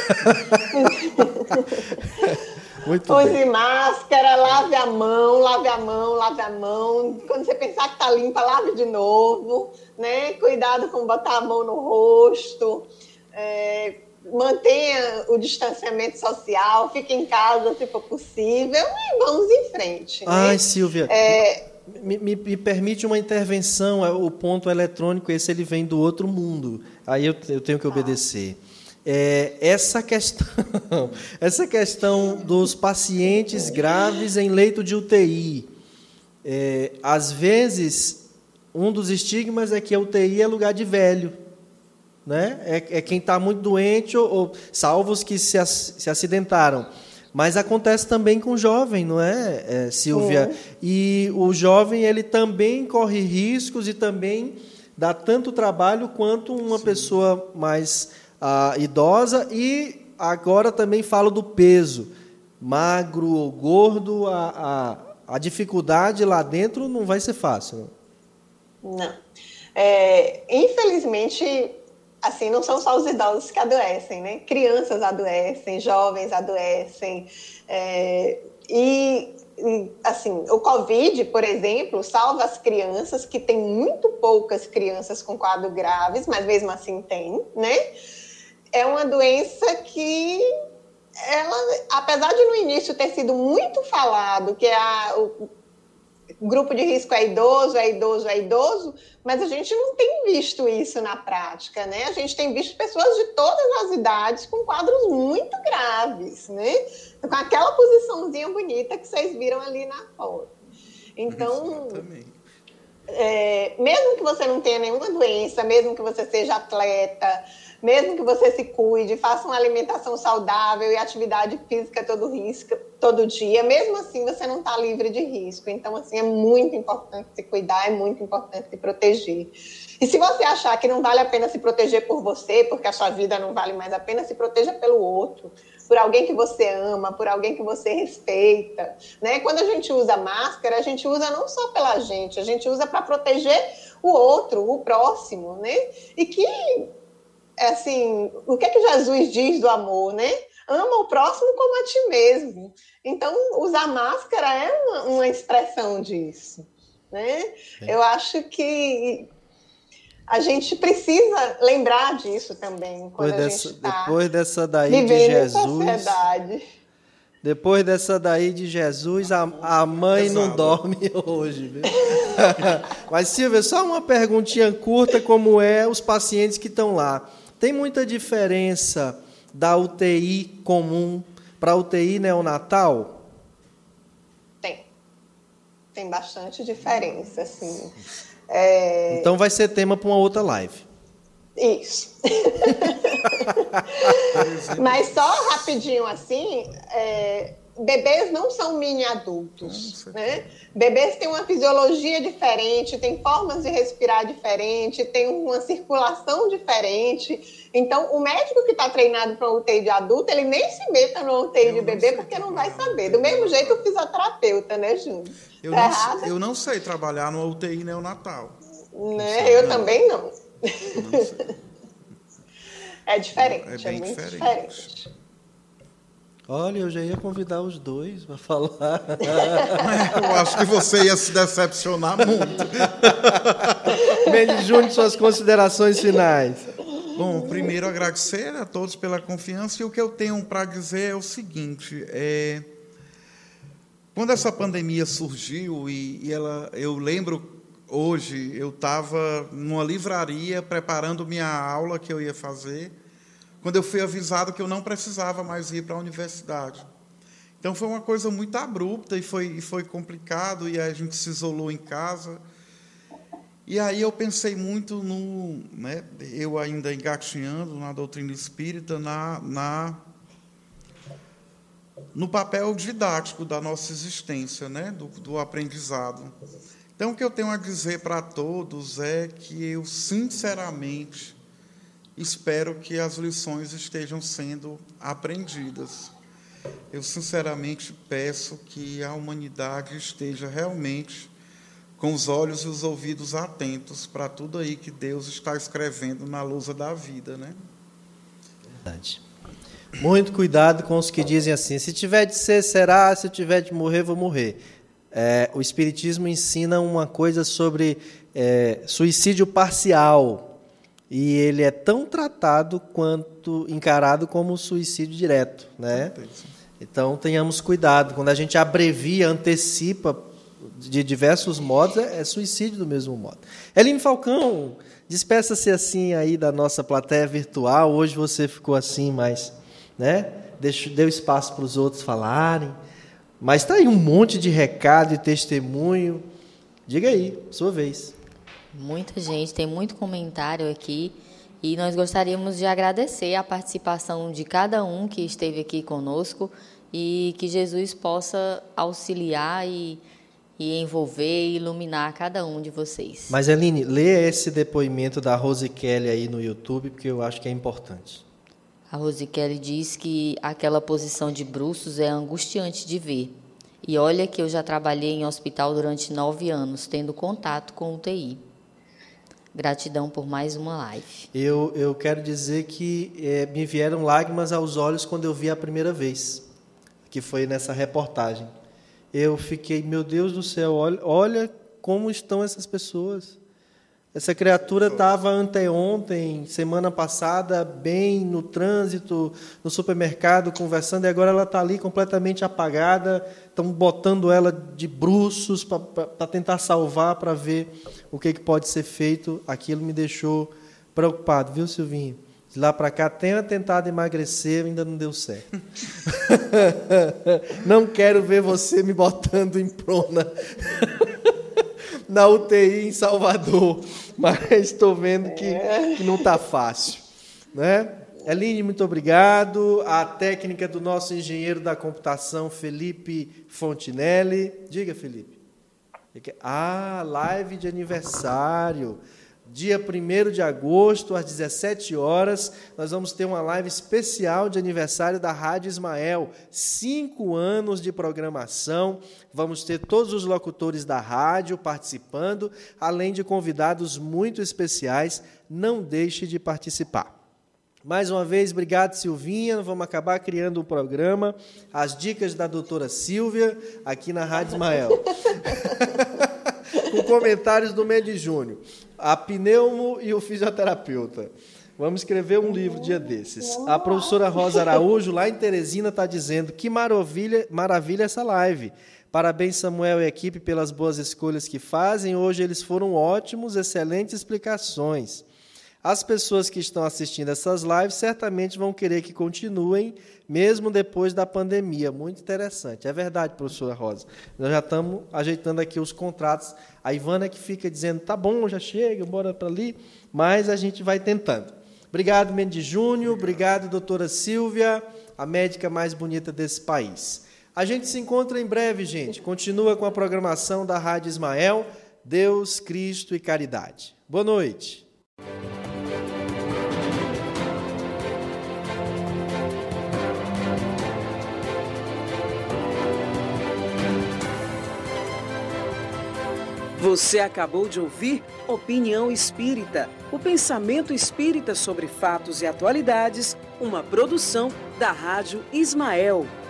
[SPEAKER 2] Muito
[SPEAKER 5] Use
[SPEAKER 2] bem.
[SPEAKER 5] máscara, lave a mão, lave a mão, lave a mão. Quando você pensar que está limpa, lave de novo, né? Cuidado com botar a mão no rosto. Mantenha o distanciamento social, fique em casa se for possível e vamos em frente.
[SPEAKER 2] Ai,
[SPEAKER 5] né?
[SPEAKER 2] Silvia, me permite uma intervenção. O ponto eletrônico, esse ele vem do outro mundo. Aí eu tenho que obedecer. Essa questão dos pacientes graves em leito de UTI. Às vezes, um dos estigmas é que a UTI é lugar de velho. Né? É quem está muito doente, ou salvo os que se acidentaram. Mas acontece também com o jovem, não é, Silvia? E o jovem ele também corre riscos e também dá tanto trabalho quanto uma pessoa mais idosa. E agora também falo do peso. Magro ou gordo, a dificuldade lá dentro não vai ser fácil.
[SPEAKER 5] Não. Infelizmente, assim, não são só os idosos que adoecem, né? Crianças adoecem, jovens adoecem. Assim, o Covid, por exemplo, salva as crianças, que tem muito poucas crianças com quadros graves, mas mesmo assim tem, né? É uma doença que, apesar de no início ter sido muito falado, que o grupo de risco é idoso, mas a gente não tem visto isso na prática, né? A gente tem visto pessoas de todas as idades com quadros muito graves, né? Com aquela posiçãozinha bonita que vocês viram ali na foto. Então, mesmo que você não tenha nenhuma doença, mesmo que você seja atleta, mesmo que você se cuide, faça uma alimentação saudável e atividade física todo dia, mesmo assim você não está livre de risco. Então, assim, é muito importante se cuidar, é muito importante se proteger. E se você achar que não vale a pena se proteger por você, porque a sua vida não vale mais a pena, se proteja pelo outro, por alguém que você ama, por alguém que você respeita, né? Quando a gente usa máscara, a gente usa não só pela gente, a gente usa para proteger o outro, o próximo, né? E que, assim, o que Jesus diz do amor, né? Ama o próximo como a ti mesmo. Então, usar máscara é uma expressão disso, né? Eu acho que a gente precisa lembrar disso também quando a gente está
[SPEAKER 2] depois dessa daí
[SPEAKER 5] vivendo
[SPEAKER 2] de
[SPEAKER 5] em
[SPEAKER 2] Jesus,
[SPEAKER 5] sociedade.
[SPEAKER 2] Depois dessa daí de Jesus, a mãe não dorme hoje. Viu? Mas, Silvia, só uma perguntinha curta, como os pacientes que estão lá. Tem muita diferença da UTI comum para a UTI neonatal?
[SPEAKER 5] Tem bastante diferença, assim.
[SPEAKER 2] Então vai ser tema para uma outra live.
[SPEAKER 5] Isso. Mas só rapidinho assim, bebês não são mini adultos, né? Bebês têm uma fisiologia diferente, têm formas de respirar diferente, têm uma circulação diferente. Então, o médico que está treinado para UTI de adulto, ele nem se meta no UTI de bebê, porque não vai saber. Do mesmo jeito o fisioterapeuta, né, Júnior?
[SPEAKER 4] Eu não sei trabalhar no UTI neonatal.
[SPEAKER 5] Né? Eu também não. É diferente,
[SPEAKER 4] bem
[SPEAKER 5] muito
[SPEAKER 4] diferente.
[SPEAKER 2] Olha, eu já ia convidar os dois para falar.
[SPEAKER 4] Eu acho que você ia se decepcionar muito.
[SPEAKER 2] Mendes Júnior, suas considerações finais.
[SPEAKER 4] Bom, primeiro agradecer a todos pela confiança, e o que eu tenho para dizer é o seguinte: quando essa pandemia surgiu, eu lembro hoje, eu estava numa livraria preparando minha aula que eu ia fazer, quando eu fui avisado que eu não precisava mais ir para a universidade. Então, foi uma coisa muito abrupta e foi complicado, e a gente se isolou em casa. E aí eu pensei muito eu ainda engatinhando na doutrina espírita, na no papel didático da nossa existência, né? do aprendizado. Então, o que eu tenho a dizer para todos é que eu, sinceramente, espero que as lições estejam sendo aprendidas. Eu, sinceramente, peço que a humanidade esteja realmente com os olhos e os ouvidos atentos para tudo aí que Deus está escrevendo na lousa da vida, né?
[SPEAKER 2] Verdade. Muito cuidado com os que dizem assim, se tiver de ser, será, se tiver de morrer, vou morrer. O Espiritismo ensina uma coisa sobre suicídio parcial, e ele é tão tratado quanto encarado como suicídio direto, né? Então, tenhamos cuidado. Quando a gente abrevia, antecipa de diversos modos, é suicídio do mesmo modo. Eline Falcão, despeça-se assim aí da nossa plateia virtual. Hoje você ficou assim, mas, né? Deu espaço para os outros falarem. Mas está aí um monte de recado e testemunho. Diga aí, sua vez.
[SPEAKER 3] Muita gente, tem muito comentário aqui. E nós gostaríamos de agradecer a participação de cada um que esteve aqui conosco e que Jesus possa auxiliar e envolver e iluminar cada um de vocês.
[SPEAKER 2] Mas, Eline, lê esse depoimento da Rose Kelly aí no YouTube, porque eu acho que é importante.
[SPEAKER 3] A Rose Kelly diz que aquela posição de bruços é angustiante de ver. E olha que eu já trabalhei em hospital durante 9 anos, tendo contato com UTI. Gratidão por mais uma live.
[SPEAKER 2] Eu quero dizer que me vieram lágrimas aos olhos quando eu vi a primeira vez, que foi nessa reportagem. Eu fiquei, meu Deus do céu, olha como estão essas pessoas. Essa criatura estava anteontem, semana passada, bem no trânsito, no supermercado, conversando, e agora ela está ali completamente apagada. Estão botando ela de bruços para tentar salvar, para ver o que pode ser feito. Aquilo me deixou preocupado, viu, Silvinho? De lá para cá, tenha tentado emagrecer, ainda não deu certo. Não quero ver você me botando em prona na UTI em Salvador, mas estou vendo que não está fácil, né? Eline, muito obrigado. A técnica do nosso engenheiro da computação, Felipe Fontinelli. Diga, Felipe. Live de aniversário. Dia 1º de agosto, às 17 horas, nós vamos ter uma live especial de aniversário da Rádio Ismael. 5 anos de programação. Vamos ter todos os locutores da rádio participando, além de convidados muito especiais. Não deixe de participar. Mais uma vez, obrigado, Silvinha. Vamos acabar criando um programa. As dicas da doutora Silvia, aqui na Rádio Ismael. Com comentários do Mendes Júnior. A pneumo e o fisioterapeuta. Vamos escrever um livro dia desses. A professora Rosa Araújo, lá em Teresina, está dizendo que maravilha essa live. Parabéns, Samuel e equipe, pelas boas escolhas que fazem. Hoje eles foram ótimos, excelentes explicações. As pessoas que estão assistindo essas lives certamente vão querer que continuem, mesmo depois da pandemia. Muito interessante. É verdade, professora Rosa. Nós já estamos ajeitando aqui os contratos. A Ivana que fica dizendo, tá bom, já chega, bora para ali, mas a gente vai tentando. Obrigado, Mendes Júnior. Obrigado, doutora Silvia, a médica mais bonita desse país. A gente se encontra em breve, gente. Continua com a programação da Rádio Ismael. Deus, Cristo e caridade. Boa noite.
[SPEAKER 1] Você acabou de ouvir Opinião Espírita, o pensamento espírita sobre fatos e atualidades, uma produção da Rádio Ismael.